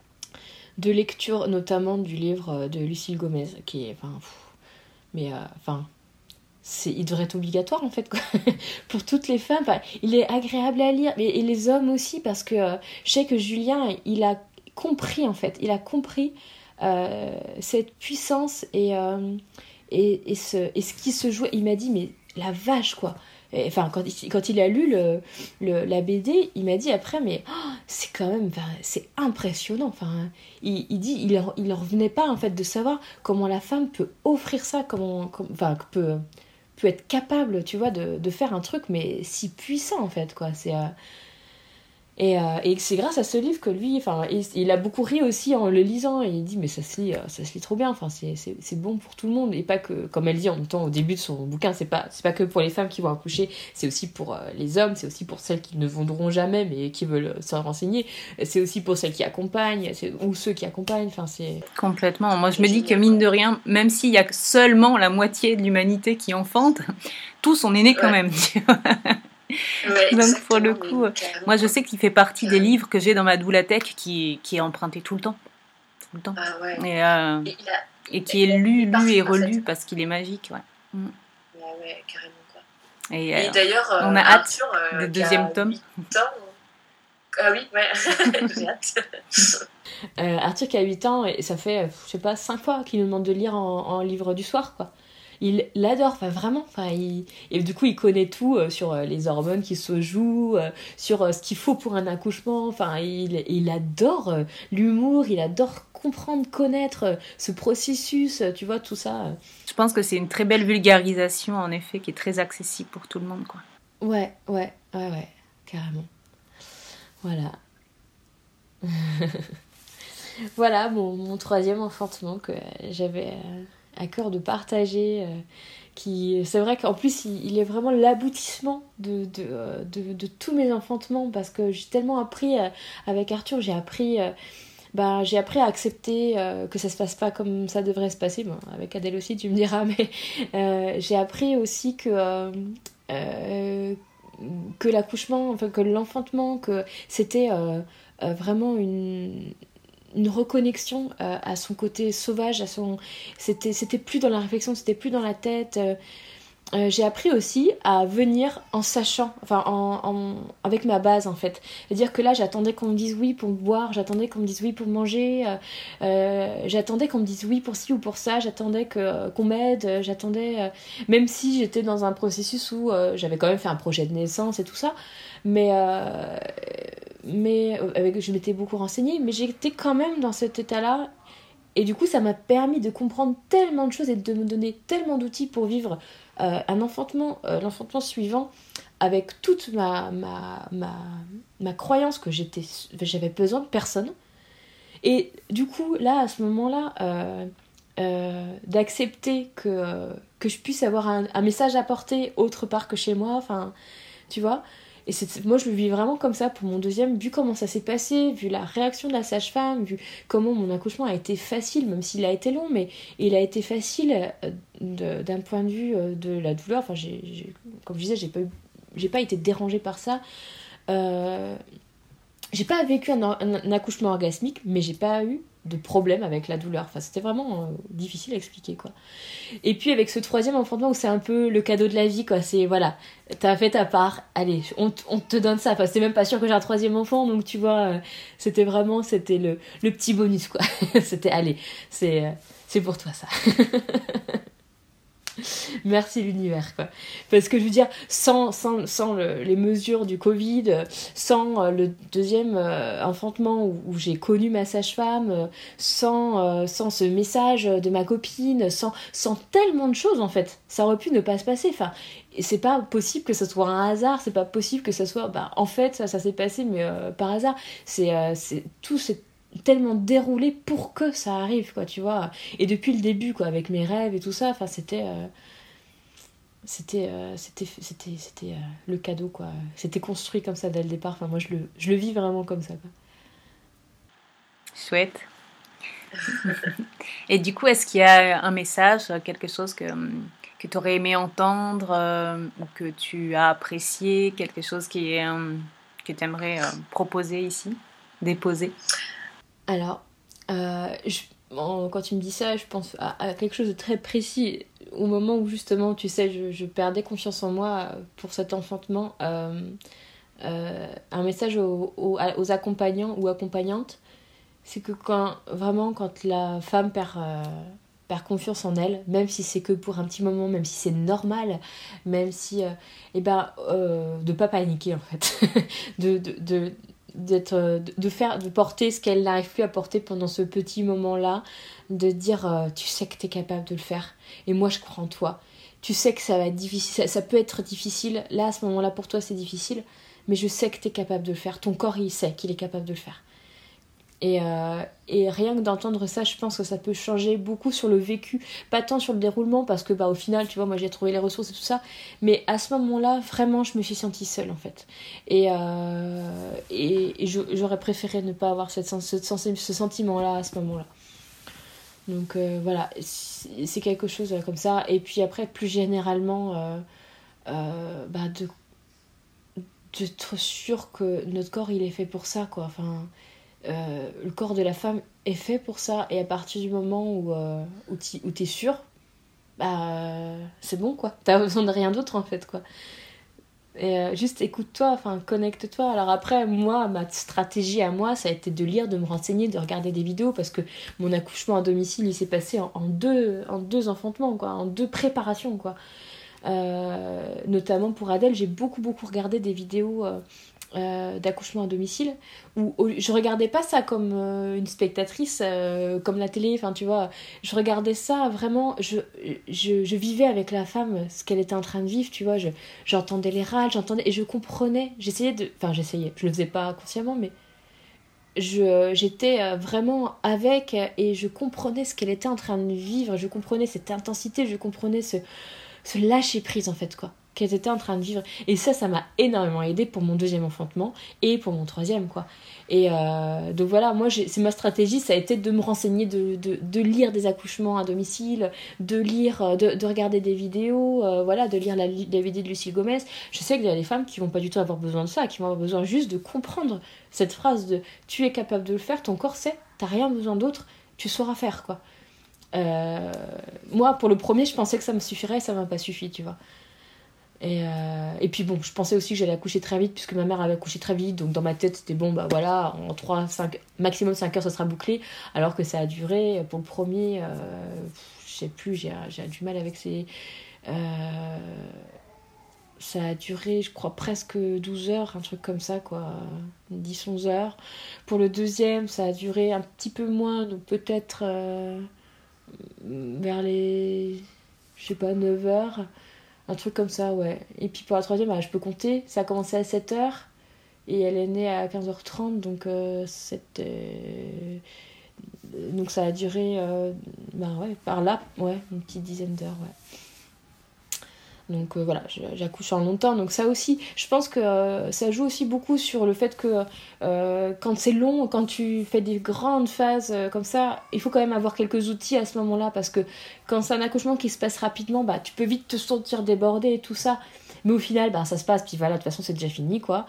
de lecture, notamment du livre de Lucille Gomez, qui est, enfin, pff, mais enfin. Euh, C'est, il devrait être obligatoire en fait quoi. Pour toutes les femmes, enfin, il est agréable à lire et, et les hommes aussi parce que euh, je sais que Julien il a compris en fait il a compris euh, cette puissance et, euh, et, et, ce, et ce qui se jouait. Il m'a dit mais la vache quoi. Et, enfin quand il, quand il a lu le, le, la B D il m'a dit après mais oh, c'est quand même enfin, c'est impressionnant enfin, il, il dit il en, il en revenait pas en fait de savoir comment la femme peut offrir ça comment, comme, enfin peut peut être capable, tu vois, de, de faire un truc, mais si puissant, en fait, quoi. C'est, euh... et, euh, et c'est grâce à ce livre que lui, enfin, il, il a beaucoup ri aussi en le lisant, et il dit, mais ça se lit, ça se lit trop bien, enfin, c'est, c'est, c'est bon pour tout le monde, et pas que, comme elle dit en même temps au début de son bouquin, c'est pas, c'est pas que pour les femmes qui vont accoucher, c'est aussi pour euh, les hommes, c'est aussi pour celles qui ne vendront jamais, mais qui veulent s'en renseigner, c'est aussi pour celles qui accompagnent, c'est, ou ceux qui accompagnent, enfin, c'est... Complètement. Moi, je me dis que, mine de rien, même s'il y a seulement la moitié de l'humanité qui enfante, tous on est nés quand ouais. même, tu vois. Ouais, donc pour le coup, moi je sais qu'il fait partie des livres que j'ai dans ma doulathèque qui, qui est emprunté tout le temps, tout le temps, ah ouais. et, euh, et, a, et qui est lu, lu et relu parce qu'il est magique, ouais. Mm. Ouais, ouais, carrément quoi. Et, et euh, d'ailleurs, on a Arthur, hâte euh, du deuxième tome. Ans, ah oui, ouais, j'ai hâte. euh, Arthur qui a huit ans et ça fait, je sais pas, cinq fois qu'il nous demande de lire en, en livre du soir, quoi. Il l'adore, enfin vraiment, enfin il... et du coup il connaît tout euh, sur euh, les hormones qui se jouent, euh, sur euh, ce qu'il faut pour un accouchement, enfin il, il adore euh, l'humour, il adore comprendre, connaître euh, ce processus, euh, tu vois, tout ça. Euh. Je pense que c'est une très belle vulgarisation en effet qui est très accessible pour tout le monde, quoi. Ouais, ouais, ouais, ouais, carrément. Voilà. Voilà mon, mon troisième enfantement que j'avais... Euh... à cœur de partager. Euh, qui, c'est vrai qu'en plus, il, il est vraiment l'aboutissement de, de, euh, de, de tous mes enfantements, parce que j'ai tellement appris, euh, avec Arthur, j'ai appris... Euh, bah, j'ai appris à accepter euh, que ça se passe pas comme ça devrait se passer. Bon, avec Adèle aussi, tu me diras, mais euh, j'ai appris aussi que... Euh, euh, que l'accouchement, enfin que l'enfantement, que c'était euh, euh, vraiment une, une reconnexion euh, à son côté sauvage, à son, c'était, c'était plus dans la réflexion, c'était plus dans la tête. Euh, euh, j'ai appris aussi à venir en sachant, enfin en, en, avec ma base en fait. C'est-à-dire que là, j'attendais qu'on me dise oui pour boire, j'attendais qu'on me dise oui pour manger, euh, euh, j'attendais qu'on me dise oui pour ci ou pour ça, j'attendais que, qu'on m'aide, j'attendais, euh, même si j'étais dans un processus où euh, j'avais quand même fait un projet de naissance et tout ça, mais, euh, mais avec, je m'étais beaucoup renseignée, mais j'étais quand même dans cet état-là. Et du coup, ça m'a permis de comprendre tellement de choses et de me donner tellement d'outils pour vivre euh, un enfantement, euh, l'enfantement suivant, avec toute ma, ma, ma, ma croyance que j'étais, j'avais besoin de personne. Et du coup, là, à ce moment-là, euh, euh, d'accepter que, euh, que je puisse avoir un, un message à porter autre part que chez moi, enfin, tu vois. Et c'est, moi, je le vis vraiment comme ça pour mon deuxième, vu comment ça s'est passé, vu la réaction de la sage-femme, vu comment mon accouchement a été facile, même s'il a été long, mais il a été facile de, d'un point de vue de la douleur. Enfin, j'ai, j'ai, comme je disais, j'ai pas, eu, j'ai pas été dérangée par ça. Euh, j'ai pas vécu un, un, un accouchement orgasmique, mais j'ai pas eu de problème avec la douleur. Enfin, c'était vraiment euh, difficile à expliquer, quoi. Et puis avec ce troisième enfantement où c'est un peu le cadeau de la vie, quoi. C'est, voilà, t'as fait ta part, allez, on, on te donne ça. Enfin, c'était même pas sûr que j'ai un troisième enfant, donc tu vois, euh, c'était vraiment, c'était le, le petit bonus, quoi. C'était, allez, c'est, euh, c'est pour toi, ça. Merci l'univers, quoi. Parce que je veux dire, sans, sans, sans le, les mesures du Covid, sans euh, le deuxième euh, enfantement où, où j'ai connu ma sage-femme, euh, sans, euh, sans ce message de ma copine, sans, sans tellement de choses en fait, ça aurait pu ne pas se passer. Enfin, et c'est pas possible que ce soit un hasard, c'est pas possible que ce soit, bah, en fait, ça, ça s'est passé, mais euh, par hasard. C'est, euh, c'est tout, c'est tellement déroulé pour que ça arrive, quoi, tu vois. Et depuis le début, quoi, avec mes rêves et tout ça, enfin, c'était euh, c'était euh, c'était c'était c'était euh, le cadeau, quoi. C'était construit comme ça dès le départ. Enfin, moi, je le je le vis vraiment comme ça, quoi. Chouette. Et du coup, est-ce qu'il y a un message, quelque chose que que tu aurais aimé entendre euh, ou que tu as apprécié, quelque chose qui est euh, que tu aimerais euh, proposer ici, déposer? Alors, euh, je, quand tu me dis ça, je pense à, à quelque chose de très précis. Au moment où justement, tu sais, je, je perdais confiance en moi pour cet enfantement, euh, euh, un message aux, aux, aux accompagnants ou accompagnantes, c'est que quand, vraiment, quand la femme perd, euh, perd confiance en elle, même si c'est que pour un petit moment, même si c'est normal, même si... Euh, eh ben, euh, de pas paniquer, en fait. de... de, de d'être de faire de porter ce qu'elle n'arrive plus à porter pendant ce petit moment-là, de dire euh, tu sais que t'es capable de le faire et moi je crois en toi, tu sais que ça va être difficile, ça, ça peut être difficile là à ce moment-là pour toi, c'est difficile, mais je sais que t'es capable de le faire, ton corps il sait qu'il est capable de le faire. Et, euh, et rien que d'entendre ça, je pense que ça peut changer beaucoup sur le vécu, pas tant sur le déroulement, parce que bah, au final, tu vois, moi j'ai trouvé les ressources et tout ça, mais à ce moment-là, vraiment, je me suis sentie seule en fait. Et, euh, et, et je, j'aurais préféré ne pas avoir cette sens, ce, ce sentiment-là à ce moment-là. Donc euh, voilà, c'est, c'est quelque chose comme ça. Et puis après, plus généralement, euh, euh, bah, de, d'être sûr que notre corps il est fait pour ça, quoi. Enfin. Euh, le corps de la femme est fait pour ça, et à partir du moment où, euh, où, t'y, où t'es sûr, bah euh, c'est bon, quoi, t'as besoin de rien d'autre en fait, quoi. Et euh, juste écoute-toi, enfin connecte-toi. Alors après, moi, ma stratégie à moi, ça a été de lire, de me renseigner, de regarder des vidéos, parce que mon accouchement à domicile il s'est passé en, en, deux, en deux enfantements, quoi, en deux préparations, quoi. Euh, notamment pour Adèle, j'ai beaucoup beaucoup regardé des vidéos euh, Euh, d'accouchement à domicile où, où je regardais pas ça comme euh, une spectatrice euh, comme la télé, enfin tu vois, je regardais ça vraiment, je, je, je vivais avec la femme ce qu'elle était en train de vivre, tu vois, je, j'entendais les râles, j'entendais et je comprenais, j'essayais de, enfin j'essayais, je le faisais pas consciemment, mais je, j'étais euh, vraiment avec et je comprenais ce qu'elle était en train de vivre, je comprenais cette intensité, je comprenais ce, ce lâcher prise en fait quoi, qu'elle était en train de vivre. Et ça, ça m'a énormément aidé pour mon deuxième enfantement et pour mon troisième quoi. Et euh, donc voilà, moi j'ai, c'est ma stratégie, ça a été de me renseigner, de, de, de lire des accouchements à domicile, de lire, de, de regarder des vidéos, euh, voilà, de lire la, la vidéo de Lucie Gomez. Je sais qu'il y a des femmes qui vont pas du tout avoir besoin de ça, qui vont avoir besoin juste de comprendre cette phrase de tu es capable de le faire, ton corps sait, t'as rien besoin d'autre, tu sauras faire quoi. Euh, moi pour le premier je pensais que ça me suffirait, ça m'a pas suffi, tu vois. Et, euh, et puis bon, je pensais aussi que j'allais accoucher très vite puisque ma mère avait accouché très vite, donc dans ma tête c'était bon, bah voilà, en trois, cinq, maximum cinq heures ça sera bouclé, alors que ça a duré pour le premier, euh, je sais plus, j'ai, j'ai du mal avec ces. Euh, ça a duré, je crois, presque douze heures, un truc comme ça, quoi, dix onze heures. Pour le deuxième, ça a duré un petit peu moins, donc peut-être euh, vers les, je sais pas, neuf heures. Un truc comme ça, ouais. Et puis pour la troisième, bah, je peux compter. Ça a commencé à sept heures et elle est née à quinze heures trente. Donc, euh, c'était... donc ça a duré euh, bah, ouais, par là, ouais, une petite dizaine d'heures, ouais. Donc euh, voilà, j'accouche en longtemps. Donc ça aussi, je pense que euh, ça joue aussi beaucoup sur le fait que euh, quand c'est long, quand tu fais des grandes phases euh, comme ça, il faut quand même avoir quelques outils à ce moment-là, parce que quand c'est un accouchement qui se passe rapidement, bah, tu peux vite te sentir débordé et tout ça. Mais au final, bah, ça se passe, puis voilà, de toute façon c'est déjà fini, quoi.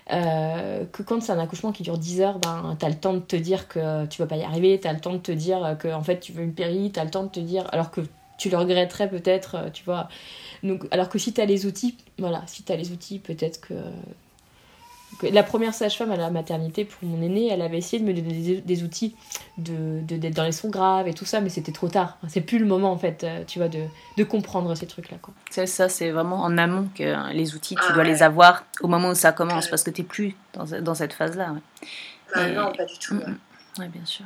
Euh, que quand c'est un accouchement qui dure dix heures, ben, t'as le temps de te dire que tu vas pas y arriver, t'as le temps de te dire que en fait tu veux une péri, t'as le temps de te dire, alors que tu le regretterais peut-être, tu vois. Donc, alors que si t'as les outils, voilà, si t'as les outils, peut-être que... que... La première sage-femme à la maternité pour mon aîné, elle avait essayé de me donner des, des outils de, de, d'être dans les sons graves et tout ça, mais c'était trop tard. C'est plus le moment, en fait, tu vois, de, de comprendre ces trucs-là, quoi. C'est ça, c'est vraiment en amont que les outils, tu Ah, dois ouais. les avoir au moment où ça commence, parce que t'es plus dans, dans cette phase-là. Ouais. Bah, Et... non, pas du tout. Ouais. Oui, bien sûr.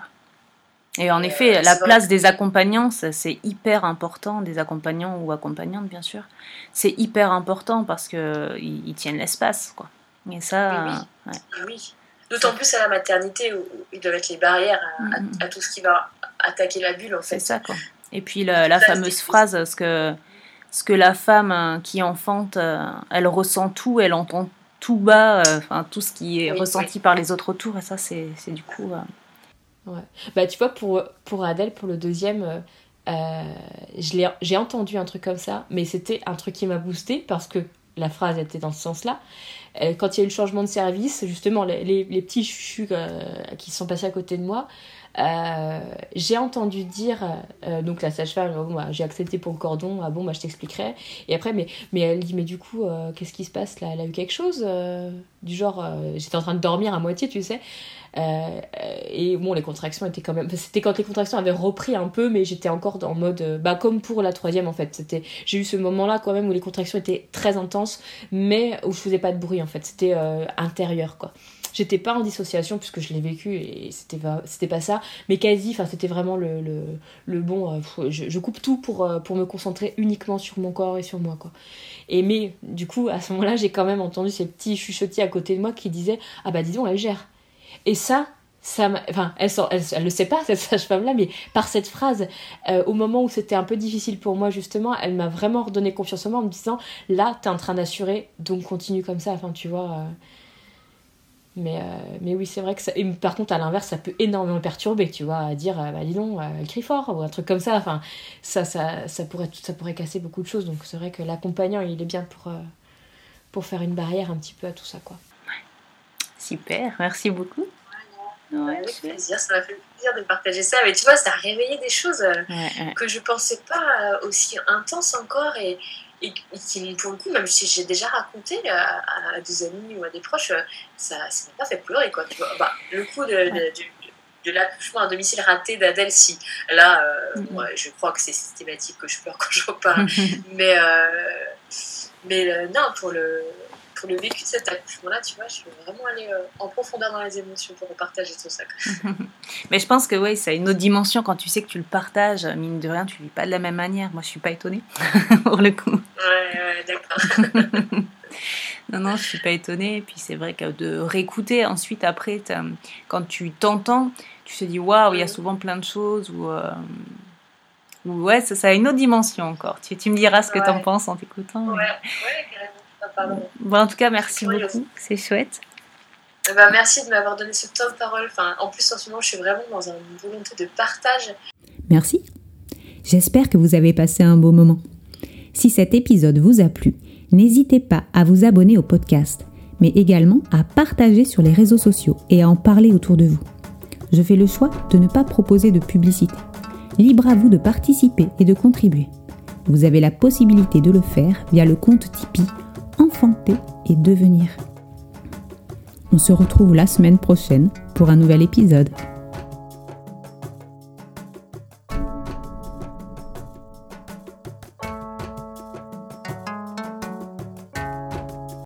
Et en Et effet, euh, la c'est place vrai. des accompagnants, ça, c'est hyper important, des accompagnants ou accompagnantes, bien sûr. C'est hyper important parce qu'ils ils tiennent l'espace, quoi. Et ça, Oui, oui. euh, ouais. Et oui. D'autant plus à la maternité où, où ils doivent mettre les barrières à, à, à tout ce qui va attaquer la bulle, en fait. C'est ça, quoi. Et puis la, la fameuse phrase, ce que, ce que la femme qui enfante, elle ressent tout, elle entend tout bas, enfin tout ce qui est Oui, ressenti oui. par les autres autour, et ça, c'est, c'est du coup... Euh... Ouais. Bah, tu vois, pour, pour Adèle, pour le deuxième, euh, je l'ai, j'ai entendu un truc comme ça, mais c'était un truc qui m'a boosté parce que la phrase était dans ce sens-là. Euh, quand il y a eu le changement de service, justement, les, les, les petits chuchus euh, qui sont passés à côté de moi, euh, j'ai entendu dire, euh, donc la sage-femme, bon, bah, j'ai accepté pour le cordon, ah bon, bah, je t'expliquerai. Et après, mais, mais elle dit, mais du coup, euh, qu'est-ce qui se passe là? Elle a eu quelque chose euh, du genre, euh, j'étais en train de dormir à moitié, tu sais. Euh, et bon, les contractions étaient quand même, c'était quand les contractions avaient repris un peu, mais j'étais encore en mode euh, bah comme pour la troisième en fait. C'était, j'ai eu ce moment là quand même où les contractions étaient très intenses, mais où je faisais pas de bruit en fait. C'était euh, intérieur quoi. J'étais pas en dissociation puisque je l'ai vécu et c'était pas, c'était pas ça, mais quasi. Enfin, c'était vraiment le le, le bon. Euh, je, je coupe tout pour euh, pour me concentrer uniquement sur mon corps et sur moi quoi. Et mais du coup à ce moment-là, j'ai quand même entendu ces petits chuchotis à côté de moi qui disaient ah bah dis donc elle gère. Et ça, ça m'a... Enfin, elle, elle, elle le sait pas, cette sage-femme-là, mais par cette phrase, euh, au moment où c'était un peu difficile pour moi, justement, elle m'a vraiment redonné confiance en moi en me disant, là, t'es en train d'assurer, donc continue comme ça, enfin, tu vois... Euh... Mais, euh, mais oui, c'est vrai que ça... Et par contre, à l'inverse, ça peut énormément perturber, tu vois, à dire, euh, bah dis donc, euh, elle crie fort, ou un truc comme ça, enfin, ça, ça, ça, pourrait, ça pourrait casser beaucoup de choses, donc c'est vrai que l'accompagnant, il est bien pour, euh, pour faire une barrière un petit peu à tout ça, quoi. Super, merci beaucoup. Ouais, avec plaisir, ça m'a fait plaisir de partager ça. Mais tu vois, ça a réveillé des choses euh, ouais, ouais. que je pensais pas euh, aussi intenses encore et, et, et qui, pour le coup, même si j'ai déjà raconté à, à des amis ou à des proches, ça ne m'a pas fait pleurer, quoi. Tu vois. Bah, le coup de, ouais. de, de, de l'accouchement à domicile raté d'Adèle, si. Là, euh, mm-hmm. ouais, je crois que c'est systématique que je pleure quand j'en parle. mais euh, mais euh, non, pour le... Pour le vécu de cet accouchement-là, tu vois, je suis vraiment allée euh, en profondeur dans les émotions pour partager tout ça. Mais je pense que oui, ça a une autre dimension quand tu sais que tu le partages. Mine de rien, tu ne vis pas de la même manière. Moi, je ne suis pas étonnée, pour le coup. Ouais, ouais, d'accord. Non, non, je suis pas étonnée. Et puis c'est vrai que de réécouter ensuite, après, quand tu t'entends, tu te dis waouh, il y a souvent plein de choses où, euh, où ouais, ça, ça a une autre dimension encore. Tu, tu me diras ce que ouais. tu en penses en t'écoutant. Ouais, mais... ouais, carrément. Pardon. Bon, en tout cas, merci oui, beaucoup. C'est chouette. Eh ben, merci de m'avoir donné ce temps de parole. Enfin, en plus, en ce moment, je suis vraiment dans une volonté de partage. Merci. J'espère que vous avez passé un beau moment. Si cet épisode vous a plu, n'hésitez pas à vous abonner au podcast, mais également à partager sur les réseaux sociaux et à en parler autour de vous. Je fais le choix de ne pas proposer de publicité. Libre à vous de participer et de contribuer. Vous avez la possibilité de le faire via le compte Tipeee Enfanter et Devenir. On se retrouve la semaine prochaine pour un nouvel épisode.